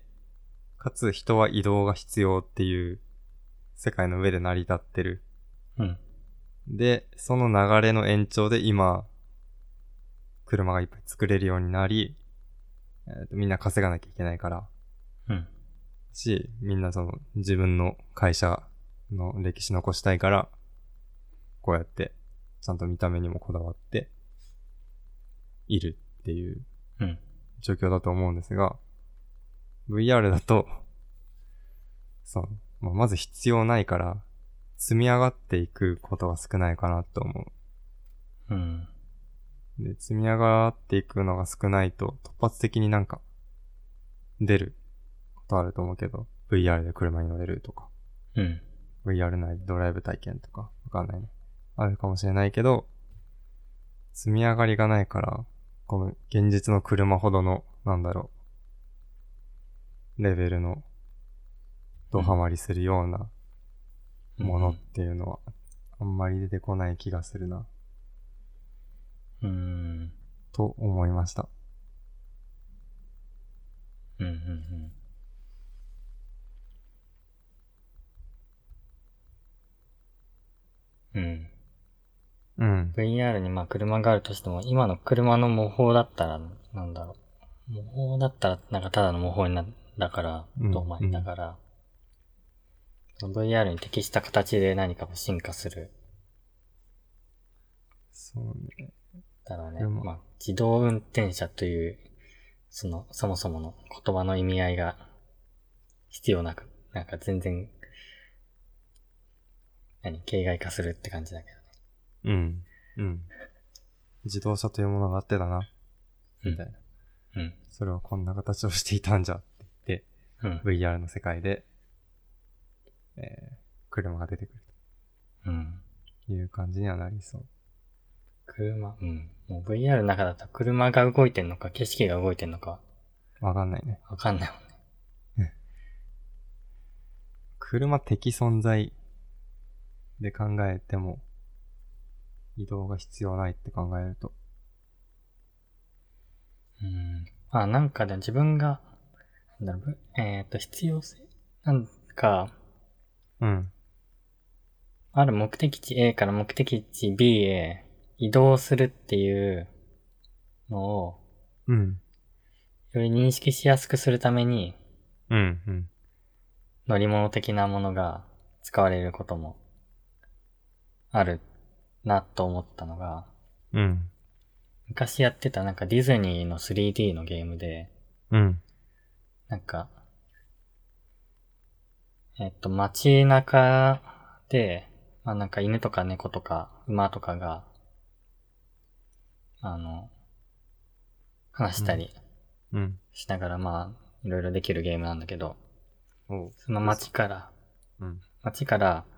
かつ人は移動が必要っていう世界の上で成り立ってる。 うん。 で、その流れの延長で今、車がいっぱい作れるようになり、えーと、みんな稼がなきゃいけないから、 うん。 し、みんなその自分の会社の歴史残したいから、こうやってちゃんと見た目にもこだわっているっていううん。 状況だと思うんですが、ブイアール だと、そう、まあまず必要ないから、積み上がっていくことが少ないかなと思うん。 う。で、積み上がっていくのが少ないと、突発的になんか、出ることあると思うけど、ブイアール で車に乗れるとか、 うん。 ブイアール 内でドライブ体験とか、わかんないね。あるかもしれないけど、積み上がりがないから、この現実の車ほどの、なんだろう、レベルの、ドハマりするようなものっていうのは、あんまり出てこない気がするな、 うん。 と思いました。 うん。うん。うん。 うん。 ブイアール にまあ車があるとしても、今の車の模倣だったら、なんだろう。模倣だったら、なんかただの模倣にな、だから、 うんドーマイだから、ブイアール に適した形で何かを進化する。 そうね。 だろうね。 でもまあ、自動運転車という、その、そもそもの言葉の意味合いが必要なく、なんか全然、何、形骸化するって感じだけうん。うん。自動車というものがあってだな。 どね。 みたいな。 うん。うん。 それはこんな形をしていたんじゃって言って、 うん。 ブイアール の世界で、えー、車が出てくるうん。 という感じにはなりそう。 車、うん。もう ブイアール の中だと車が動いてんのか、景色が動いてんのか、 わかんないね。 わかんないもんね。 車的存在で考えても、移動が必要ないって考えると。 うん。あ、なんかで自分が、なんだろう、えっと、必要性なんか、 うん。 ある目的地 A から目的地 B へ移動するっていうのを、 うん。 より認識しやすくするために、 うん。うん。 乗り物的なものが使われることもあるなと思ったのが、 うん。 昔やってたなんかディズニーの スリーディー のゲームで、 うん。 なんか、えっと、街中で、まあなんか犬とか猫とか馬とかが、あの、話したりうん。 しながらまあ、いろいろできるゲームなんだけど、 おう。 その街から、 うん。 街から、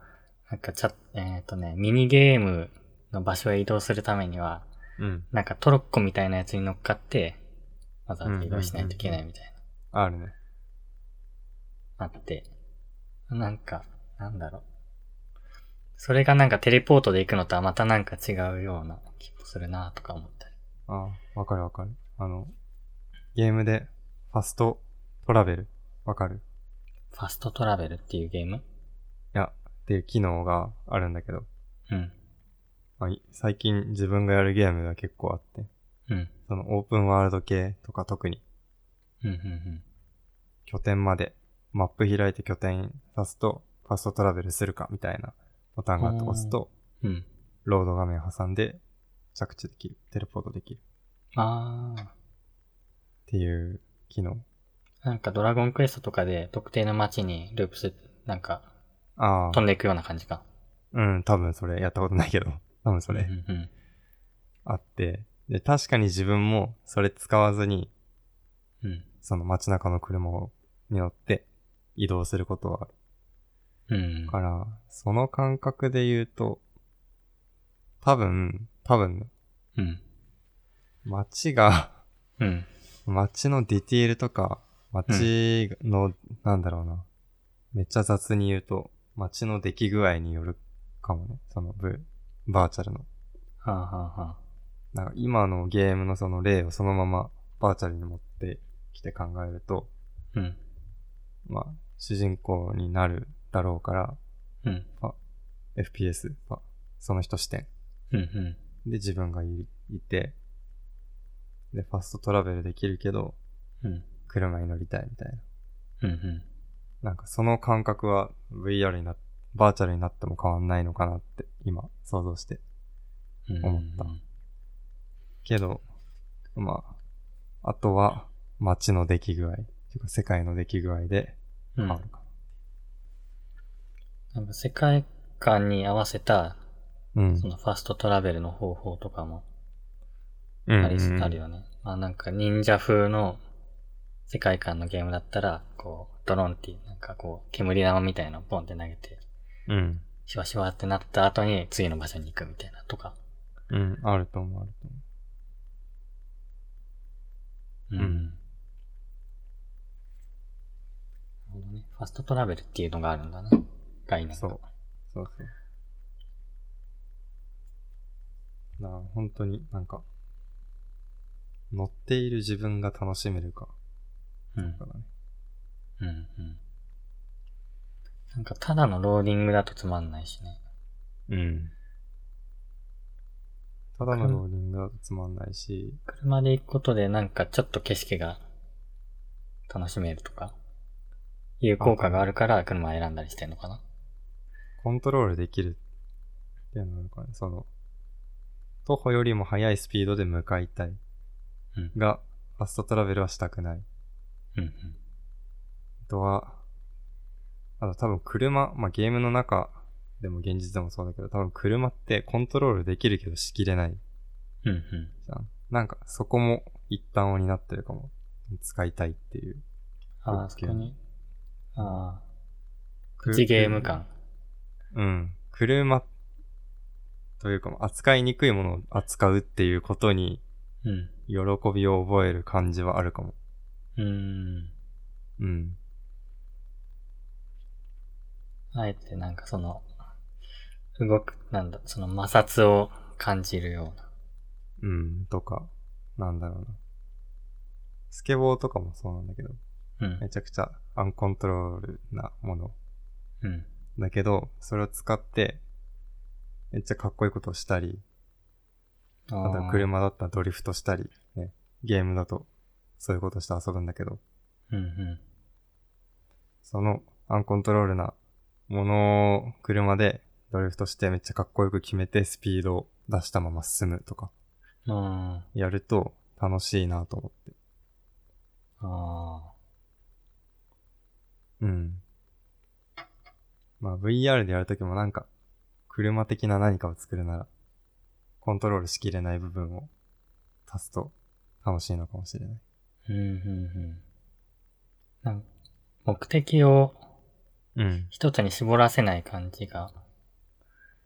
なんかチャッ、えっとね、ミニゲームの場所へ移動するためには、 うん。 なんかトロッコみたいなやつに乗っかって、わざわざ移動しないといけないみたいあるね。 な、あって、なんか、なんだろう。それがなんかテレポートで行くのとはまたなんか違うような気もするなとか思ったり。 ああ、わかるわかる。あの、ゲームでファストトラベル、わかる？ ファストトラベルっていうゲーム？ いや、っていう機能があるんだけど、 うん。 まあ、い最近自分がやるゲームが結構あって、 うん。 そのオープンワールド系とか特にうん。うん。 拠点までマップ開いて拠点刺すとファストトラベルするかみたいなボタンがあって押すと、 うん。 ロード画面挟んで着地できる。テレポートできる。 あー。 っていう機能。 なんかドラゴンクエストとかで特定の街にループする、なんかああ。 飛んでいくような感じか。 うん、多分それやったことないけど、多分それ、 うん。うん。 あって、で、確かに自分もそれ使わずに、 うん。 その街中の車をに乗って移動することはある。 うん。 だから、その感覚で言うと、多分、多分ね、 うん。 街が、 うん。 街のディティールとか、街の、なんだろうな、めっちゃ雑に言うと、街の出来具合によるかもね、そのブ、バーチャルの。 はあ、はあはあ、 なんか今のゲームのその例をそのままバーチャルに持ってきて考えると、 うん。 まあ、主人公になるだろうから、 うん。 あ、エフピーエス はその人視点うん。うん。 で自分がい、いて、で、ファストトラベルできるけど、 うん。 車に乗りたいみたいな。 うん。うん。 なんかその感覚は ブイアール になっ、バーチャルになっても変わんないのかなって今想像して思った。 うん。 けど、まあ、あとは街の出来具合、というか世界の出来具合で変わるかな。なんか世界観に合わせた、 な。うん。 そのファストトラベルの方法とかもうんあり、 うんうん、 あるよね。まあなんか忍者風の世界観のゲームだったら、こう、ドロンっていう、なんかこう、煙玉みたいなのをポンって投げて、 うん。 シュワシュワってなった後に次の場所に行くみたいなとか。 うん、あると思う、あると思うん。 うんなるほどね。ファストトラベルっていうのがあるんだね。概念が。 そう。そうそう。なあ、本当になんか、乗っている自分が楽しめるか。 うん。 だからね。 うんうん。なんかただのローディングだとつまんないしね。 うん。ただのローディングだとつまんないし、 車で行くことでなんかちょっと景色が楽しめるとか、いう効果があるから車を選んだりしてんのかな。 コントロールできるっていうのがあるからね。その、徒歩よりも速いスピードで向かいたい。 うん。 が、ファストトラベルはしたくない。 うんうん。 あとは、あと多分車、まあ、ゲームの中でも現実でもそうだけど、多分車ってコントロールできるけどしきれないうんうん。 じゃん。なんかそこも一旦になってるかも。使いたいっていう。 ああ、そこに。ああ。 くプチゲーム感。 うん。車というか扱いにくいものを扱うっていうことにうん。 喜びを覚える感じはあるかも。 うーん。 うん。 あえてなんかその、動く、なんだ、その摩擦を感じるような。 うん。とか、なんだろうな。スケボーとかもそうなんだけど、 うん。 めちゃくちゃアンコントロールなもの。 うん。 だけど、それを使って、めっちゃかっこいいことをしたり、 ああとは車だったらドリフトしたり、ね、ゲームだとそういうことして遊ぶんだけど、 うんうん。 そのアンコントロールなものを車でドリフトしてめっちゃかっこよく決めてスピードを出したまま進むとか、 あやると楽しいなと思って。 あ。あうん。まあ ブイアール でやるときもなんか、車的な何かを作るなら、コントロールしきれない部分を足すと楽しいのかもしれない。 うんうんうん。なん目的をうん。 一つに絞らせない感じが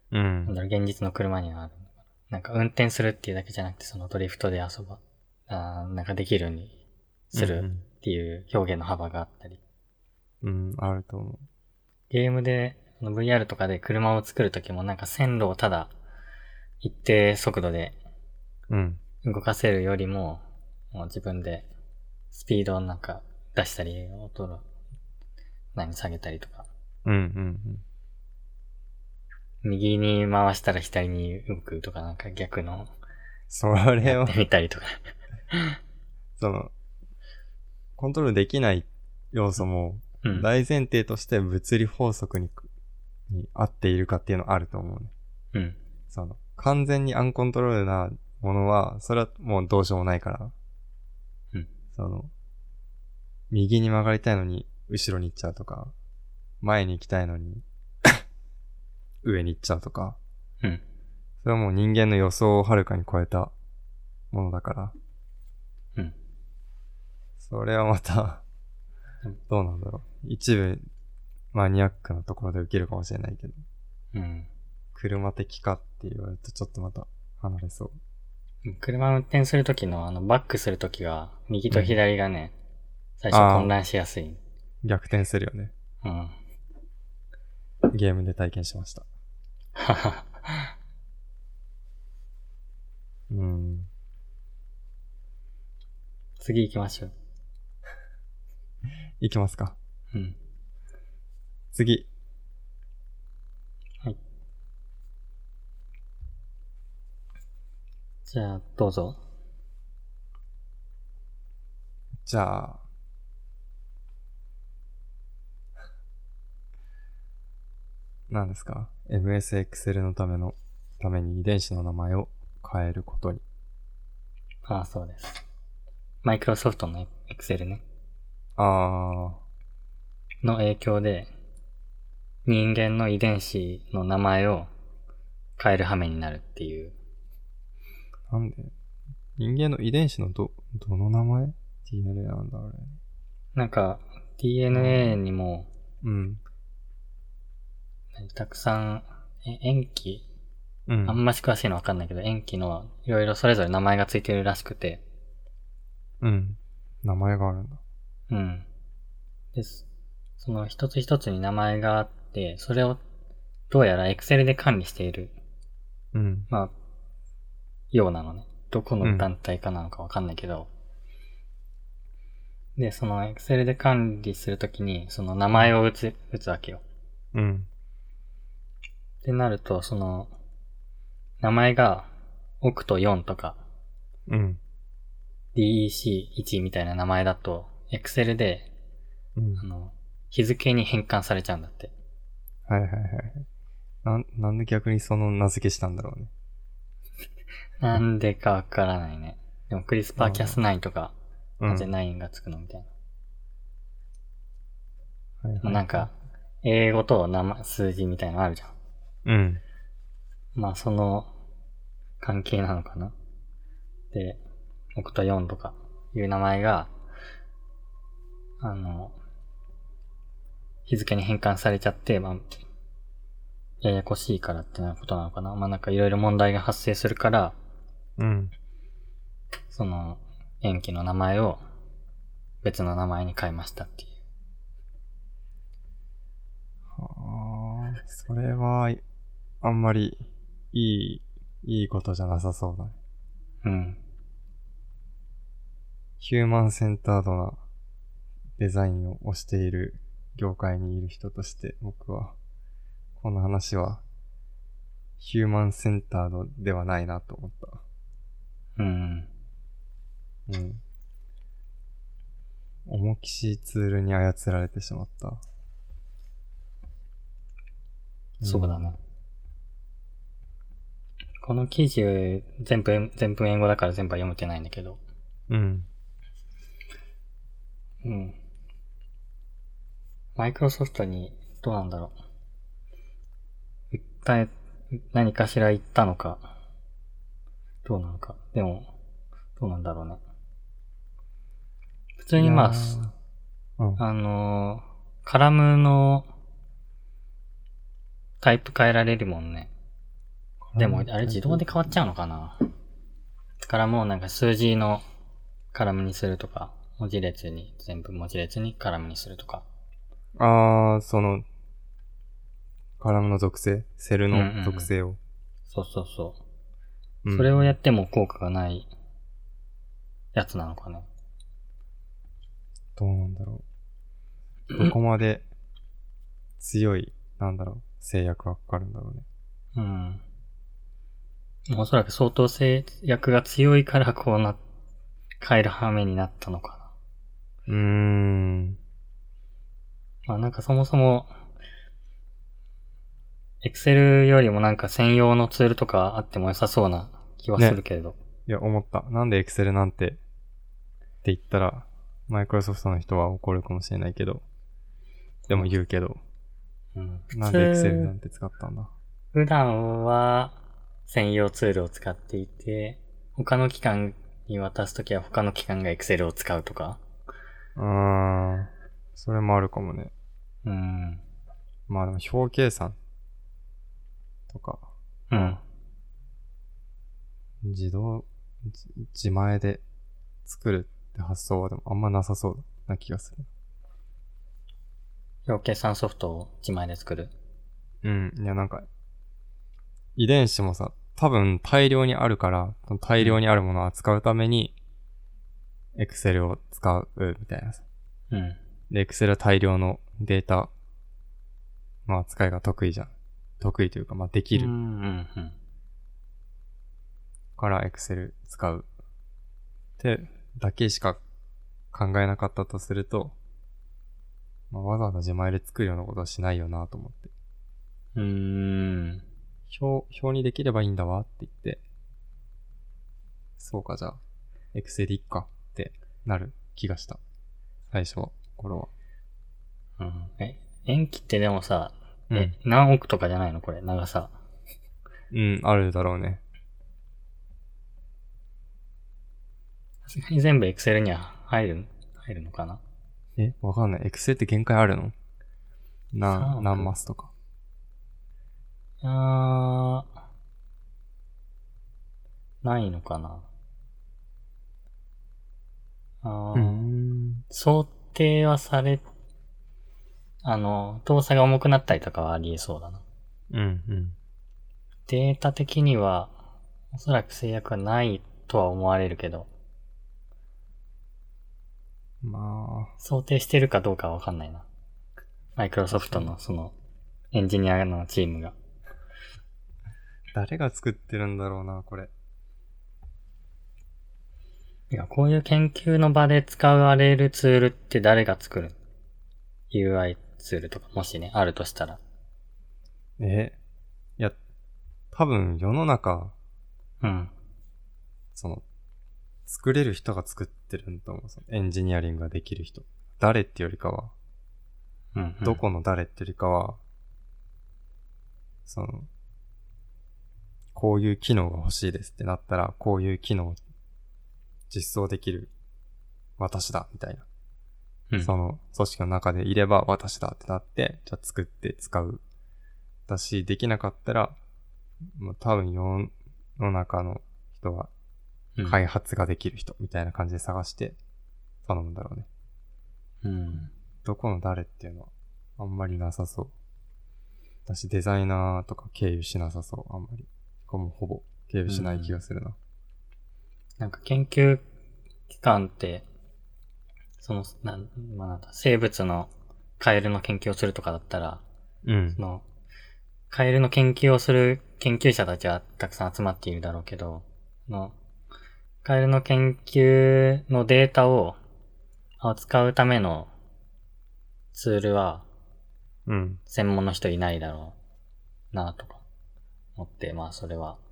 うなんん。 だろう現実の車にはあるのかな。なんか運転するっていうだけじゃなくて、そのドリフトで遊ば、あーなんかできるようにするっていう表現の幅があったり。 うん、うん、あると思ゲームで、その ブイアール とかで車を作るときもなんか線路をただ一定速度でう。うん。 動かせるよりも、もう自分でスピードをなんか出したり、音の何下げたりとか、 うん、うん、 右に回したら左に動くとかなんか逆のそれをやって、みたりとか。 その、コントロールできない要素も、 うん。 大前提として物理法則に、に合っているかっていうのあると思うね。 うん。 その、完全にアンコントロールなものは、それはもうどうしようもないから。 うん。 その、右に曲がりたいのに後ろに行っちゃうとか、前に行きたいのに上に行っちゃうとか、 うん。 それはもう人間の予想をはるかに超えたものだから、 うん。 それはまたどうなんだろう。一部マニアックなところで受けるかもしれないけど、 うん。 車的かって言われるとちょっとまた離れそう。 車運転するときのあのバックするときが右と左がね、最初混乱しやすい。 逆転するよね。 うん。 ゲームで体験しました。 はは。 うん。 次行きましょう。 いきますか。 うん。 次。 はい。じゃあ、どうぞ。 じゃあ、何ですか エムエスエクセル のための、ために遺伝子の名前を変えることに。 ああ、そうです。マイクロソフトの Excel ね。 あの影響で、人間の遺伝子の名前を変える羽目になるっていう。 ー、なんで人間の遺伝子のど、どの名前 ?ディーエヌエー なんだ、あれ。 なんか、ディーエヌエー にも、 うん。 たくさん、え塩基、 うん。 あんまし詳しいのわかんないけど、塩基のいろいろそれぞれ名前がついてるらしくて。 うん。名前があるんだ。 うん。です。その一つ一つに名前があって、それをどうやら Excel で管理している、 うん。 まあ、ようなのね。どこの団体かなのかわかんないけど。で、その Excel で管理するときに、その名前を打つ、打つわけよ。 うん。 ってなると、その、名前が奥とよんとか、 うん。 ディーイーシーワン みたいな名前だと、Excel で、 うん。 あの、日付に変換されちゃうんだって。 はいはいはい。なん、なんで逆にその名付けしたんだろうね。 なんでかわからないね。でもクリスパーキャスナインとか、 うん。 なぜナインがつくのみたいな。 はいはい、 まあ、なんか、英語と名前、数字みたいなのあるじゃん。 うん。 まあその関係なのかな。で、奥とよんとかいう名前が、あの、日付に変換されちゃって、まあ、ややこしいからってなことなのかな。まあなんかいろいろ問題が発生するから、 うん。 その、塩基の名前を別の名前に変えましたっていう。 はあ、それは、あんまり、いい、いいことじゃなさそうだね。 うん。 ヒューマンセンタードなデザインを推している業界にいる人として僕はこの話はヒューマンセンタードではないなと思った。 うん。 うん。重きしいツールに操られてしまった。 そうだね。この記事全部、全部英語だから全部は読めてないんだけど。 うん。 うん。マイクロソフトに、どうなんだろう。訴え、何かしら言ったのか。どうなのか。でも、どうなんだろうね。普通にまあ、 うん、 あのー、カラムのタイプ変えられるもんね。 でも、あれ自動で変わっちゃうのかな。だからもうなんか数字のカラムにするとか、文字列に、全部文字列にカラムにするとか。 あー、その、カラムの属性セルの属性を。 うんうんうん、そうそうそう。 うん、 それをやっても効果がないやつなのかね。 どうなんだろう。どこまで強い、なんだろう、制約がかかるんだろうね。 うん。おそらく相当制約が強いからこうな、変える羽目になったのかな。うーん。 まあなんかそもそも、Excel よりもなんか専用のツールとかあっても良さそうな気はするけれど。ね、 いや、思った。なんで Excel なんてって言ったら、マイクロソフトの人は怒るかもしれないけど、でも言うけど、 うん、 なんで Excel なんて使ったんだ。 普段は専用ツールを使っていて、他の機関に渡すときは他の機関が Excel を使うとか。 うーん。それもあるかもね。 うん。 まあでも表計算とか。 うん。 自動、自前で作るって発想はでもあんまなさそうな気がする。 表計算ソフトを自前で作る。 うん。いやなんか、遺伝子もさ、多分大量にあるから、大量にあるものを扱うために、Excel を使うみたいなさ。 うん。 で、Excel は大量のデータの扱いが得意じゃん。得意というか、まあできる。 うんうんうん。 から Excel 使う。ってだけしか考えなかったとすると、まあ、わざわざ自前で作るようなことはしないよなと思って。 うーん。 表、表にできればいいんだわって言って、そうかじゃあ、Excel いっかってなる気がした。最初は、頃は。うん、え、塩基ってでもさ、 うん、 え、何億とかじゃないのこれ、長さ。 うん、あるだろうね。 さすがに全部 Excel には入る、入るのかな。 え、わかんない。Excel って限界あるの？な、何マスとか。 あー、ないのかな。あー、 うーん。 想定はされ、あの、動作が重くなったりとかはありえそうだな。 うんうん。 データ的には、おそらく制約はないとは思われるけど、 まあ。 想定してるかどうかはわかんないな。マイクロソフトのその、エンジニアのチームが。 誰が作ってるんだろうな、これ。 いや、こういう研究の場で使われるツールって誰が作る？ ユーアイ ツールとか、もしね、あるとしたら。 え、いや、多分世の中、 うん。 その、作れる人が作ってるんだと思う。そのエンジニアリングができる人。誰ってよりかは、 うん、うん。 どこの誰ってよりかは、その、こういう機能が欲しいですってなったら、こういう機能を実装できる私だ、みたいな。 うん、 その組織の中でいれば私だってなって、じゃあ作って使う。だし、できなかったら、もう多分世の中の人は開発ができる人みたいな感じで探して頼むんだろうね。 うん。 どこの誰っていうのはあんまりなさそう。私デザイナーとか経由しなさそう。あんまり。もうほぼ経由しない気がするな。 なんか研究機関って、その、なん、まあ、なんだ、生物のカエルの研究をするとかだったら、 うん。 その、カエルの研究をする研究者たちはたくさん集まっているだろうけど、のカエルの研究のデータを扱うためのツールは、 うん。 専門の人いないだろうなとか思って、まあそれは、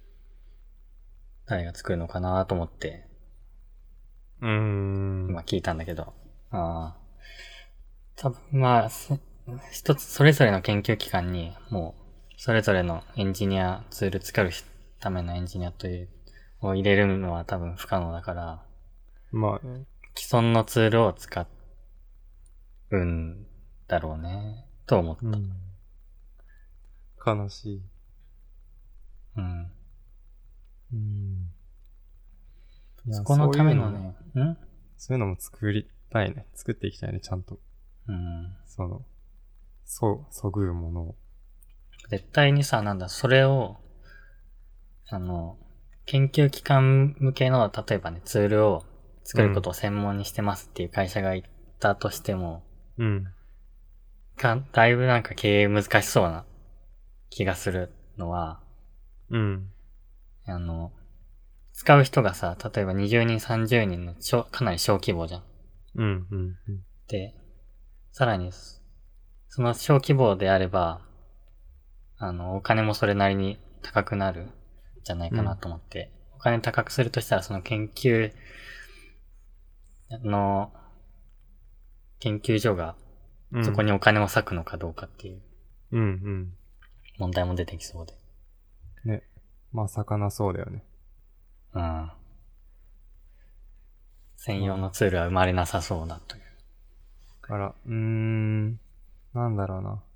誰が作るのかなと思って、 うーん。 今聞いたんだけど、ああ、多分まあ、一つ、それぞれの研究機関に、もう、それぞれのエンジニア、ツール作るためのエンジニアという、を入れるのは多分不可能だから、 まあね。 既存のツールを使うんだろうね、と思った。 うん、悲しい。 ううんいやそこのためのそういうね、んそういうのも作りたいね。作っていきたいね、ちゃんと。 うん。 その、そう、そぐうものを。 絶対にさ、なんだ、それを、あの、研究機関向けの、例えばね、ツールを作ることを専門にしてますっていう会社がいたとしても、 うん。 かだいぶなんか経営難しそうな気がするのは、 うん。 あの、使う人がさ、例えばにじゅうにん、さんじゅうにんの小かなり小規模じゃん。 うん。うん。うんで、さらに、その小規模であれば、あの、お金もそれなりに高くなるんじゃないかなと思って、うん、お金高くするとしたらその研究の、研究所が、そこにお金を割くのかどうかっていう、 うんうん。 問題も出てきそうで。 ね。まあ、魚そうだよね。 うん。専用のツールは生まれなさそうだという。 あら、うーん、なんだろうな。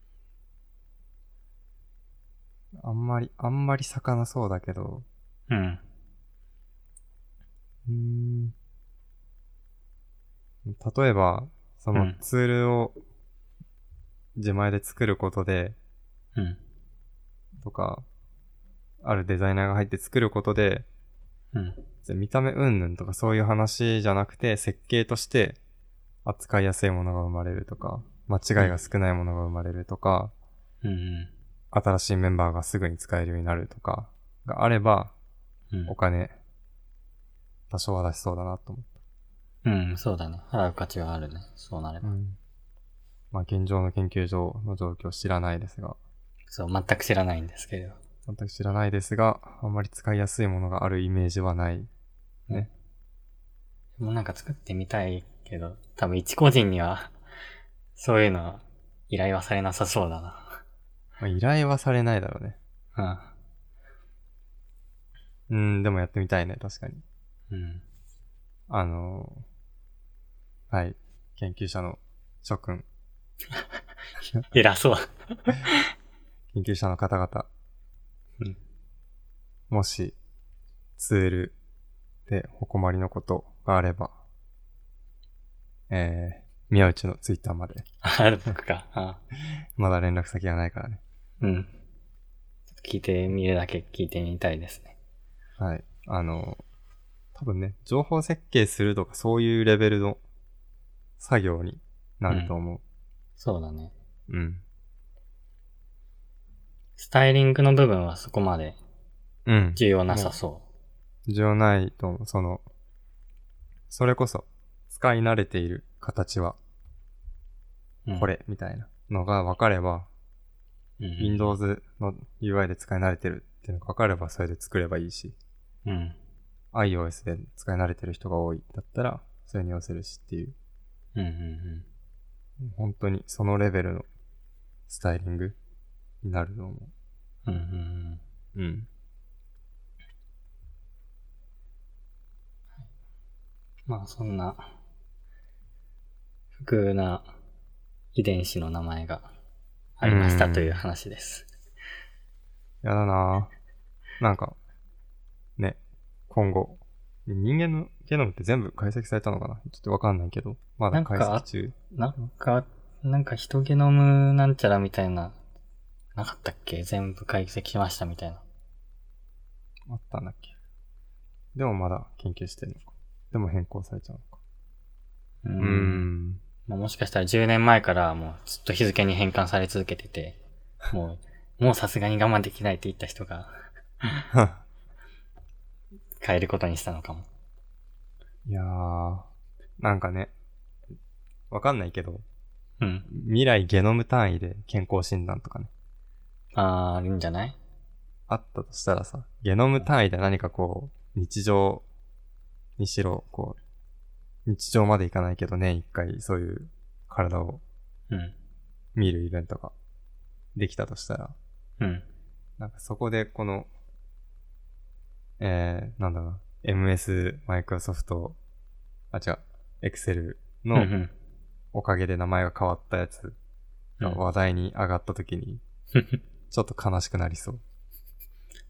あんまり、あんまり魚そうだけど。 うん。 うーん。例えば、そのツールを自前で作ることで、 うん。 とか、あるデザイナーが入って作ることで、 うん。 見た目云々とかそういう話じゃなくて、設計として扱いやすいものが生まれるとか、間違いが少ないものが生まれるとか、 うんうん、 新しいメンバーがすぐに使えるようになるとかがあれば、うん、お金多少は出しそうだなと思った。 うん、そうだね。払う価値はあるね。そうなれば。うん、 まあ現状の研究所の状況知らないですが。 そう、全く知らないんですけど。 全く知らないですが、あんまり使いやすいものがあるイメージはない。ね。 もうなんか作ってみたいけど、多分一個人には、そういうの依頼はされなさそうだな。 まあ、依頼はされないだろうね。 うん。 うん、でもやってみたいね、確かに。 うん。 あのー、はい。研究者の諸君。 偉そう。 研究者の方々。 うん。 もし、ツールでお困りのことがあれば、えー、宮内のツイッターまで。 ある僕か。あまだ連絡先がないからね。 うん。聞いてみるだけ聞いてみたいですね。 はい。あの、多分ね、情報設計するとかそういうレベルの作業になると思う。うん、 そうだね。 うん。 スタイリングの部分はそこまで重要なさそう。 うん、重要ないと思う。その、それこそ使い慣れている形はこれみたいなのが分かれば、うん、Windows の ユーアイ で使い慣れてるっていうのが分かればそれで作ればいいし、うん、iOS で使い慣れてる人が多いだったらそれに寄せるしっていう、うんうんうん、本当にそのレベルのスタイリングになると思う。うんうんうん。うん。 まあそんな不遇な遺伝子の名前がありましたという話です。 やだなぁ。なんか、ね、今後、人間のゲノムって全部解析されたのかな？ちょっとわかんないけど、まだ解析中。 なんか、なんか人ゲノムなんちゃらみたいな、なかったっけ？全部解析しましたみたいな。 あったんだっけ？でもまだ研究してるのか。でも変更されちゃうのか。 うーん。うーんまあ、もしかしたらじゅうねんまえからもうずっと日付に変換され続けてて、もう、もうさすがに我慢できないって言った人が変えることにしたのかも。 いやー、なんかね、わかんないけど、 うん。 未来ゲノム単位で健康診断とかね。 あー、あるんじゃない？ あったとしたらさ、ゲノム単位で何かこう、日常にしろ、こう、日常までいかないけど年一回そういう体を見るイベントができたとしたら、うん。なんかそこでこの、えー、なんだろうな、エムエス、マイクロソフト、あ、違う、Excel のおかげで名前が変わったやつが話題に上がった時に、ちょっと悲しくなりそう。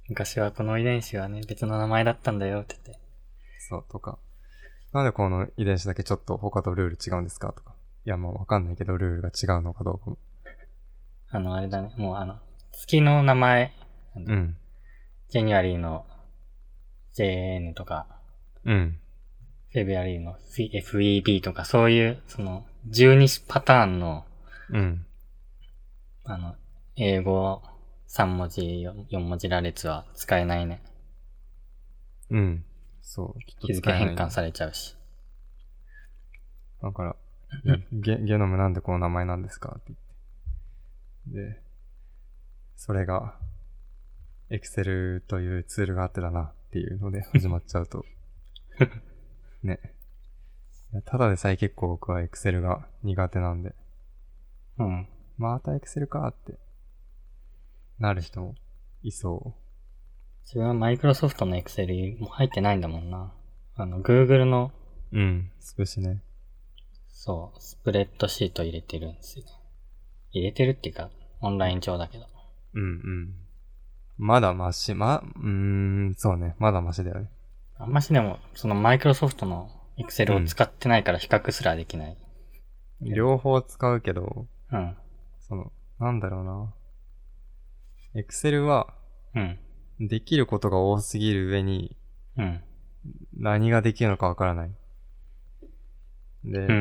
昔はこの遺伝子はね、別の名前だったんだよって言って。 そうとか。なんでこの遺伝子だけちょっと他とルール違うんですかとか。いや、もうわかんないけど、ルールが違うのかどうかも。 あの、あれだね。もうあの、月の名前。 うん。 ジェニュアリーの ジェーエヌ とか、 うん。 フェブアリーの エフイービー とか、そういう、その、じゅうにパターンの、 うん。 あの、英語さん文字、よん文字羅列は使えないね。 うん。そう。きっと日付使えない変換されちゃうし。 だから、ゲ、ゲノムなんでこの名前なんですかって言って。で、それが、Excel というツールがあってだなっていうので始まっちゃうと。ね。ただでさえ結構僕は Excel が苦手なんで。 うん。 また Excel かってなる人もいそ自分はマイクロソフトの Excel も入ってないんだもんな。あの、Google の、 う。うん。スプシね。 そう、スプレッドシート入れてるんですよね。入れてるっていうか、オンライン上だけど。 うんうん。まだマシ、ま、うーん、そうね。まだマシだよね。 あんましでも、そのマイクロソフトの Excel を使ってないから比較すらできない。 両方使うけど、 うん。 その、なんだろうな。Excel は、 うん。 できることが多すぎる上に、 うん。 何ができるのかわからない。で、 うん。うん。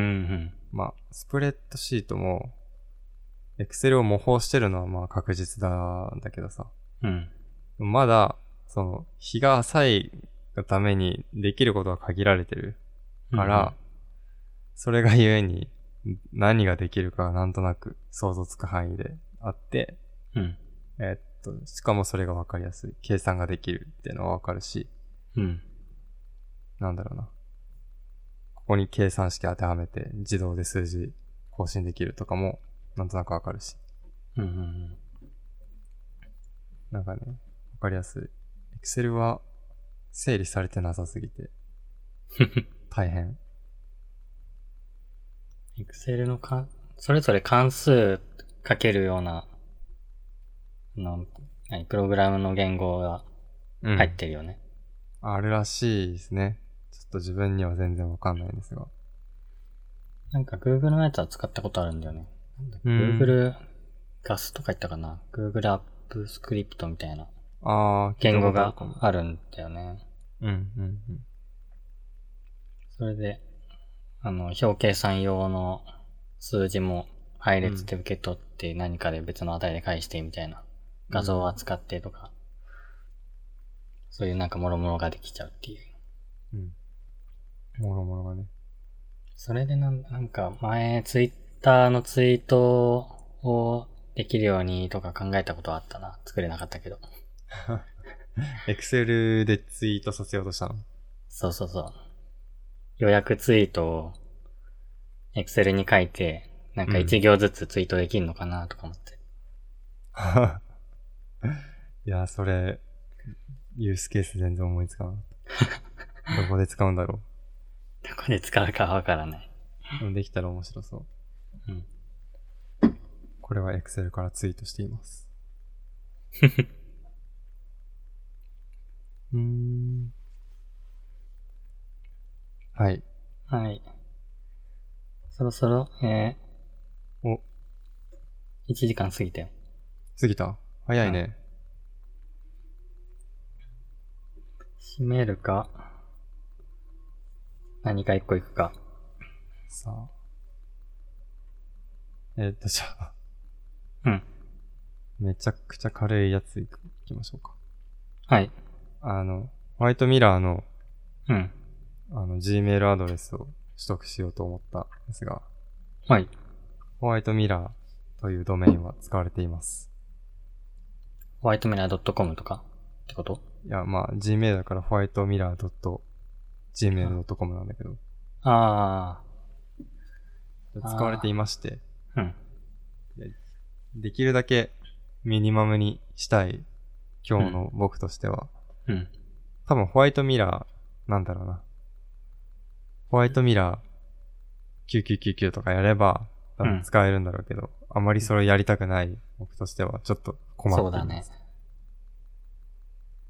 まあ、スプレッドシートも、Excel を模倣してるのはまあ確実だ、だけどさ。 うん。 まだ、その、日が浅いがためにできることが限られてるから、 うんうん、 それがゆえに何ができるかがなんとなく想像つく範囲であって、 うん。 えーっと、しかもそれがわかりやすい。計算ができるっていうのはわかるし、 うん。 なんだろうな。ここに計算式当てはめて自動で数字更新できるとかもなんとなくわかるし。 うん。うん。 なんかね、わかりやすい。Excel は整理されてなさすぎて大変。 Excel のか、それぞれ関数かけるような、の、何、プログラムの言語が入ってるよね。 うん、あるらしいですね。ちょっと自分には全然わかんないんですが。 なんか Google のやつは使ったことあるんだよね。なんだっけ、Google ガスとか言ったかな ?Google アップスクリプトみたいな。 ああ、 言語があるんだよね。 うん、うん、うん。 それで、あの、表計算用の数字も配列で受け取って何かで別の値で返してみたいな。画像を扱ってとか、うん、そういうなんか諸々ができちゃうっていう。 うん。諸々がね。 それでなんなんか前ツイッターのツイートをできるようにとか考えたことはあったな。作れなかったけど。 Excel でツイートさせようとしたの？ そうそうそう。予約ツイートを Excel に書いて、なんか一行ずつツイートできるのかなとか思って。 いや、それ、ユースケース全然思いつかない。どこで使うんだろう。どこで使うかわからない。 できたら面白そう。 うん。 これは Excel からツイートしています。うーん。はい。 はい。そろそろ、えー、お。 いちじかん過ぎたよ。 過ぎた？早いね。 閉めるか、何か一個いくか。 さあ。えー、っと、じゃあ。 うん。 めちゃくちゃ軽いやついきましょうか。 はい。 あの、ホワイトミラーの、 うん。 あの、Gmail アドレスを取得しようと思ったんですが。 はい。 ホワイトミラーというドメインは使われています。 ホワイトミラー .com とかってこと？ いや、まあ、Gmail だからホワイトミラー .gmail ドットコム なんだけど。 ああ。使われていまして。 うん。 できるだけミニマムにしたい今日の僕としては。 うん。うん、 多分ホワイトミラー、なんだろうな。ホワイトミラーきゅうきゅうきゅうきゅうとかやれば多分使えるんだろうけど、うん、あまりそれをやりたくない僕としてはちょっと困っています。 そうだね。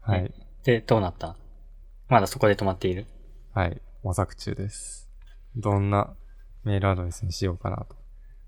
はい。 で、どうなった？まだそこで止まっている？ はい。模索中です。どんなメールアドレスにしようかなと。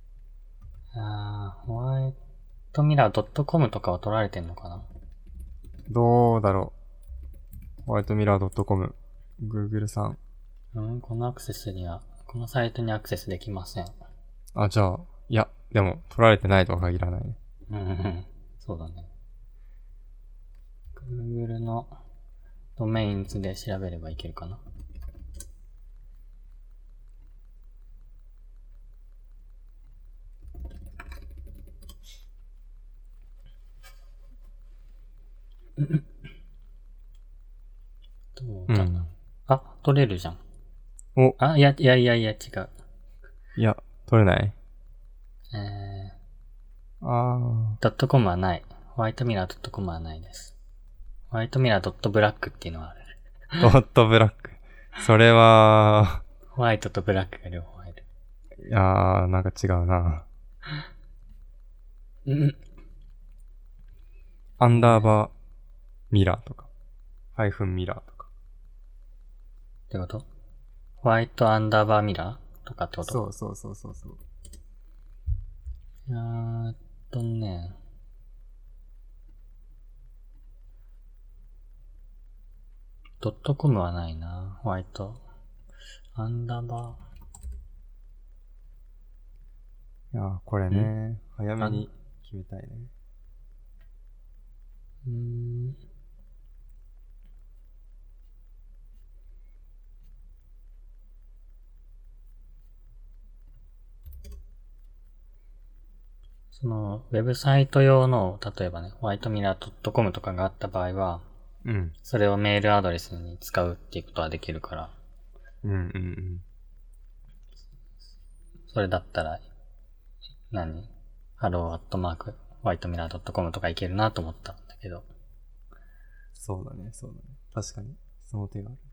あー、ホワイトミラー .com とかは取られてんのかな？ どうだろう。ホワイトミラー .com。Google さん。 うん、このアクセスには、このサイトにアクセスできません。 あ、じゃあ、いや、でも、取られてないとは限らないね。 うんうん、そうだね。Google のドメインズで調べればいけるかな。どうだ、うん、あ、取れるじゃん。 お。 あ、いや、いやいやいや、違う。 いや、取れない。 えー、あー。ドットコムはない。ホワイトミラー .com はないです。ホワイトミラー .black っていうのはある。 ドットブラック。それは、 ホワイトとブラックが両方入る。 いやー、なんか違うな。 うん。 アンダーバーミラーとか。ハイフンミラーとか。 ってこと？ホワイトアンダーバーミラーとかってこと？ そうそうそうそうそう。 えーっとね。ドットコムはないな。ホワイト。アンダーバー。いや、これね、早めに決めたいね。 うーん。その、ウェブサイト用の、例えばね、ホワイトミラー .com とかがあった場合は、 うん。 それをメールアドレスに使うっていうことはできるから。 うんうんうん。 それだったら、何？ハローアットマーク、ホワイトミラー .com とかいけるなと思ったんだけど。 そうだね、そうだね。確かに、その手がある。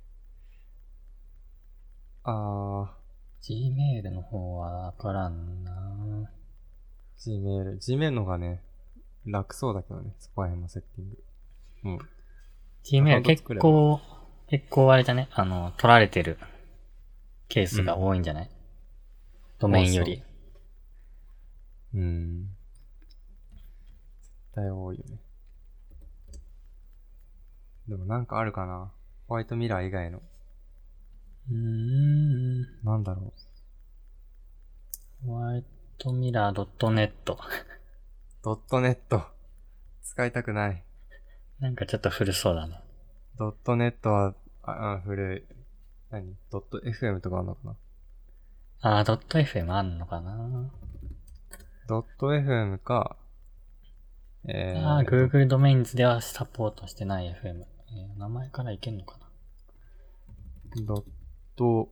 あー。Gmail の方はわからんな。 Gmail。Gmail のがね、楽そうだけどね、そこら辺のセッティング。うん。 Gmail 結構、結構あれじゃね、あの、取られてるケースが多いんじゃない？うん、ドメインより。 うん。絶対多いよね。でもなんかあるかな？ホワイトミラー以外の。 うーん。 なんだろう。ホワイトミラー .net。 ドットネット。使いたくない。 なんかちょっと古そうだね。 ドットネットは、あ、古い。何？ドット エフエム とかあるのかな？ あー、ドット エフエム あんのかな？ ドット エフエム か、 えー、あー、Google ドメインズではサポートしてない エフエム。えー、名前からいけんのかな？ ドット、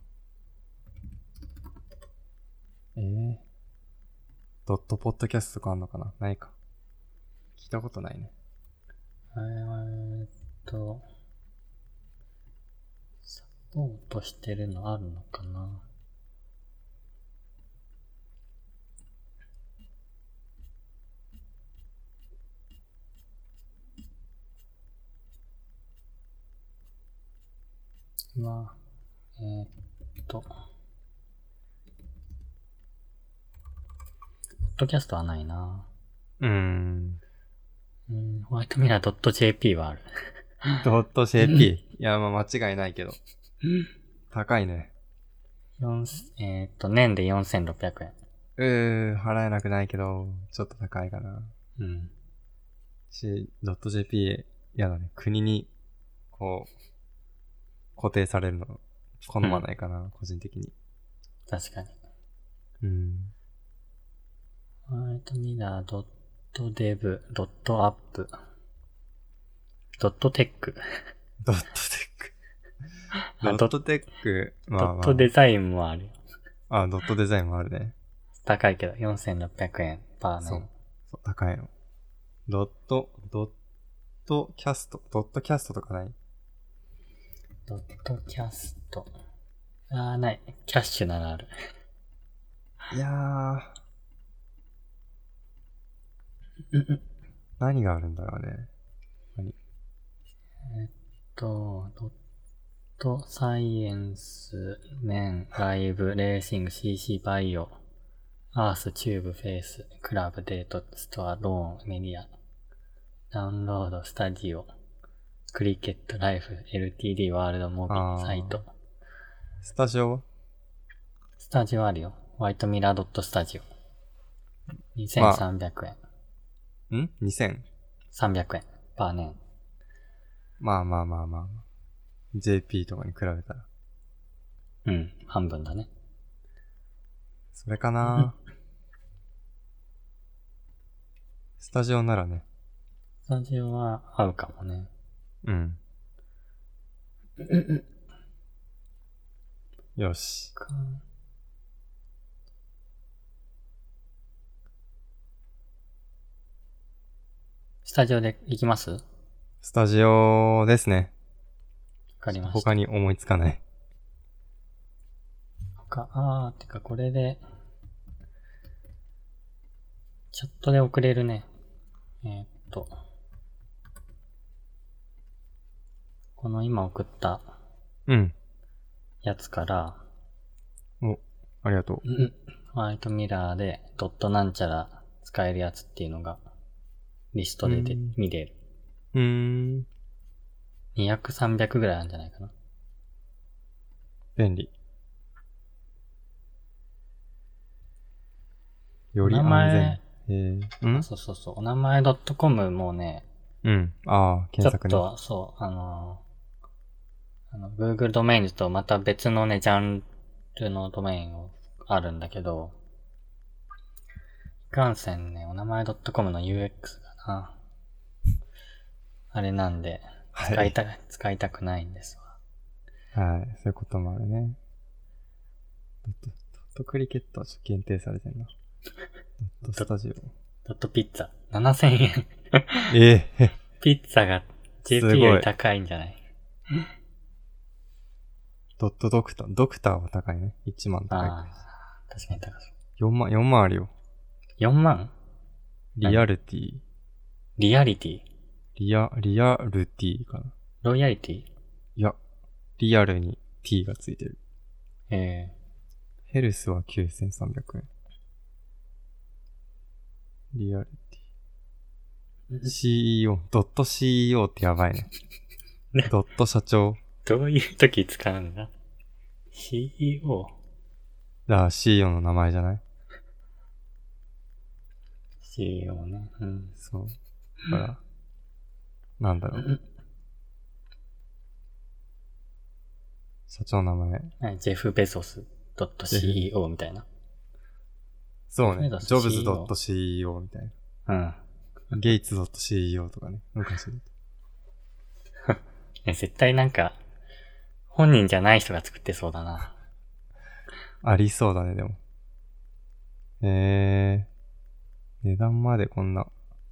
えー、ドットポッドキャストとかあんのかな？ないか。聞いたことないね。 えーっと、サポートしてるのあるのかな？まあ、えー、っと、ポッドキャストはないな。 うーん。 うん、ホワイトミラー .jp はある。 ドット ジェーピー。いや、まあ間違いないけど。高いね。 よんえー、っと、年でよんせんろっぴゃくえん。 うー、払えなくないけど、ちょっと高いかな。 うん。 し、ドット ジェーピー、やだね。国に、こう、固定されるの、好まないかな、うん、個人的に。 確かに。 うん。 ホワイトミラー .dev、.app、ドットテック。 ドットテック。ドットテック、 まあまあ、ドットデザインもあるよ。 あ、ドットデザインもあるね。 高いけど、よんせんろっぴゃくえんパー年。 そう。そう、高いの。ドット、ドットキャスト、ドットキャストとかない？ ドットキャスト。あー、ない。キャッシュならある。 いやー。 うんうん。 何があるんだろうね。何？ と、ドットサイエンス、メン、ライブ、レーシング、シーシー バイオ、アース、チューブ、フェイス、クラブ、デート、ストア、ローン、メディア、ダウンロード、スタジオ、クリケット、ライフ、エルティーディー、ワールド、モビあーサイト。 スタジオはスタジオあるよ。ホワイトミラードットスタジオ。にせんさんびゃくえん。 ん ?にせん? さんびゃくえん。パー年。 まあまあまあまあ。ジェーピー とかに比べたら。 うん。半分だね。 それかなスタジオならね。 スタジオは合うかもね。 うん。よし。 かスタジオで行きます？わスタジオですね。 かりました。 他に思いつかない。 他、あー、てかこれで、チャットで送れるね。えー、っと、この今送ったうん。 やつから、 お、ありがとう。 うんホワイトミラーでドットなんちゃら使えるやつっていうのがリストででうん見れる。 うーん。 にひゃく、さんびゃくぐらいあるんじゃないかな。 便利。よりお名安前全。えー、んそうそうそう。お名前 .com もね、 うん。ああ、 ちょっ検索ね。 と、そう、あのー、あの、Google ドメインズとまた別のね、ジャンルのドメインをあるんだけど、いかんせんね、お名前 .com の ユーエックス がな、あれなんで、 はい使いた、使いたくないんですわ。 はい。そういうこともあるね。ドット、ドットクリケットはちょっと限定されてんな。ドットスタジオ。 ドットピッツァ、ななせんえん。 ええピッツァが ジェーピー より高いんじゃない？ ドットドクター。ドクターは高いね。いちまん高い。 ああ、確かに高そう。 よんまん、よんまんあるよ。 よんまん？ リアルティ。 リアリティ？ リア、リアルティかな。 ロイヤリティ？ いや、リアルに t がついてる。 えヘルスはきゅうせんさんびゃくえん。リアルティ。シーイーオー、ドット シーイーオー ってやばいね。 ねドット社長。 ー、どういう時使うんだ？ シーイーオー？ だから シーイーオー の名前じゃない？ シーイーオー ね。うん。 そう。だから、なんだろう。社長の名前。 はいジェフ・ベゾス .シーイーオー みたいな。 そうね。 ジェフベゾスジョブズシーイーオー .シーイーオー みたいうん。 な。ゲイツ .シーイーオー とかね。昔で。 え絶対なんか、本人じゃない人が作ってそうだな。 ありそうだね、でも。えー、値段までこんな。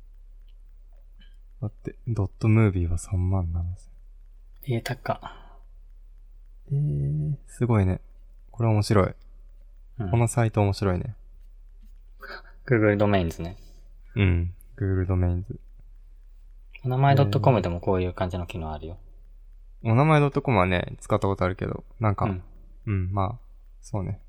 だって、ドットムービーはさんまんななせん。 えー、高。 えー、すごいね。これ面白い。 うんこのサイト面白いね。 Google ドメインズね。 うん。Google ドメインズ。 お名前 .com でもこういう感じの機能あるよ。 お名前 .com はね、使ったことあるけど、なんか、 ううん、まあ、そうね。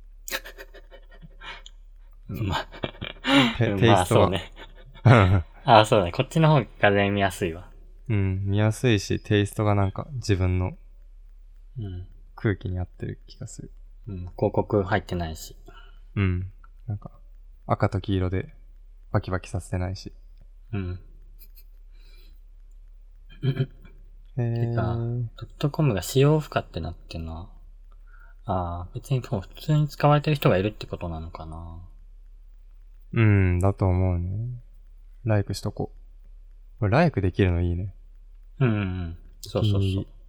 まあ、 テうんまあテイストが。 そうね。ああ、そうだね。こっちの方が全然見やすいわ。 うん、見やすいし、テイストがなんか自分のうん。 空気に合ってる気がする。 うん、広告入ってないし。 うん。なんか、赤と黄色でバキバキさせてないし。 うん。 へてか、 ー。 ドットコムが使用不可ってなってんのは、ああ、別にもう普通に使われてる人がいるってことなのかな。 うん、だと思うね。ライクしとこう。これライクできるのいいね。 うんうんうん。そうそうそうお気に入り。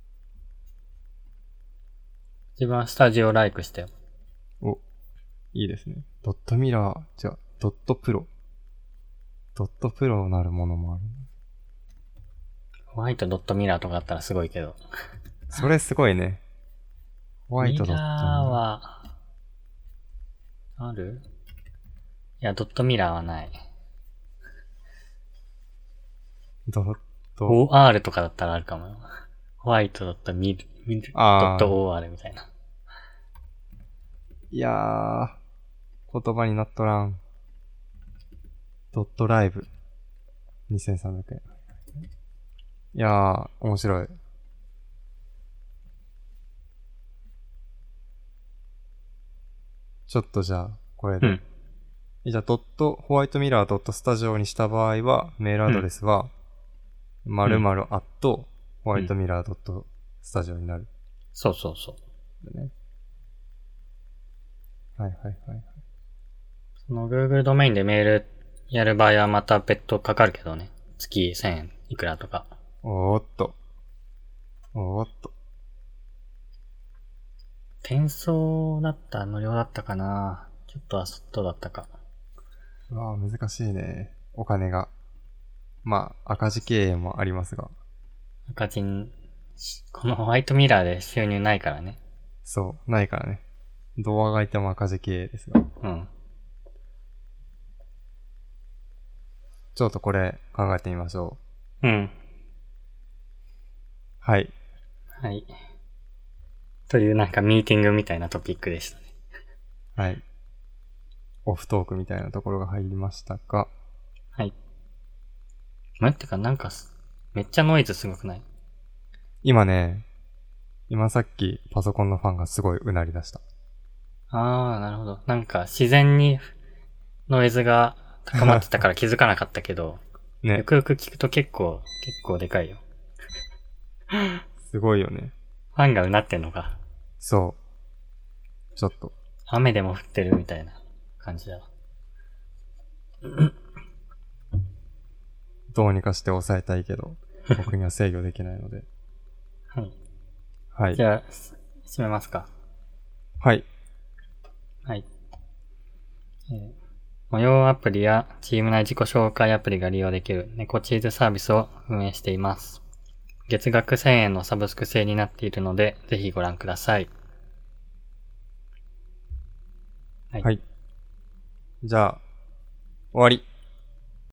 自分はスタジオライクしたよ。 お、いいですね。ドットミラー、じゃあ、ドットプロ。ドットプロなるものもある。 ホワイトドットミラーとかあったらすごいけど。 それすごいね。ホワイトドットミミラーは、ある？いや、ドットミラーはない。 ドッと、 オーアール とかだったらあるかもよ。ホワイト .mil、 あー .or みたいな。 いやー、言葉になっとらん。ドットライブ。にせんさんびゃくえん。いやー、面白い。ちょっとじゃあ、これで。 うん。 じゃあ、ドット、ホワイトミラードットスタジオにした場合は、メールアドレスは、〇〇アットホワイトミラードットスタジオになる。 そうそうそう。 ね。はいはいはい。 その Google ドメインでメールやる場合はまた別途かかるけどね。月せんえんいくらとか。 おーっと。おーっと。 転送だった無料だったかな。ちょっとはどうだったか。 うわー難しいね。お金が。まあ、赤字経営もありますが。 赤字に、このホワイトミラーで収入ないからね。 そう、ないからね。どうあがいても赤字経営ですが。 うん。 ちょっとこれ考えてみましょう。 うん。 はい。 はい。というなんかミーティングみたいなトピックでしたね。 はい。オフトークみたいなところが入りましたが。 はい。待ってか、なんかす、めっちゃノイズすごくない？ 今ね、今さっきパソコンのファンがすごいうなり出した。 あー、なるほど。なんか自然にノイズが高まってたから気づかなかったけど、よね、 くよく聞くと結構、結構でかいよ。 すごいよね。 ファンがうなってんのか。 そう。ちょっと。 雨でも降ってるみたいな感じだわ。 どうにかして抑えたいけど、僕には制御できないので。 はい。 はいじ。ゃあ、す閉めますか。 はい。 はい。えー模様アプリやチーム内自己紹介アプリが利用できる猫チーズサービスを運営しています。月額せんえんのサブスク制になっているので、ぜひご覧ください。はい。 はい。じゃあ、終わり。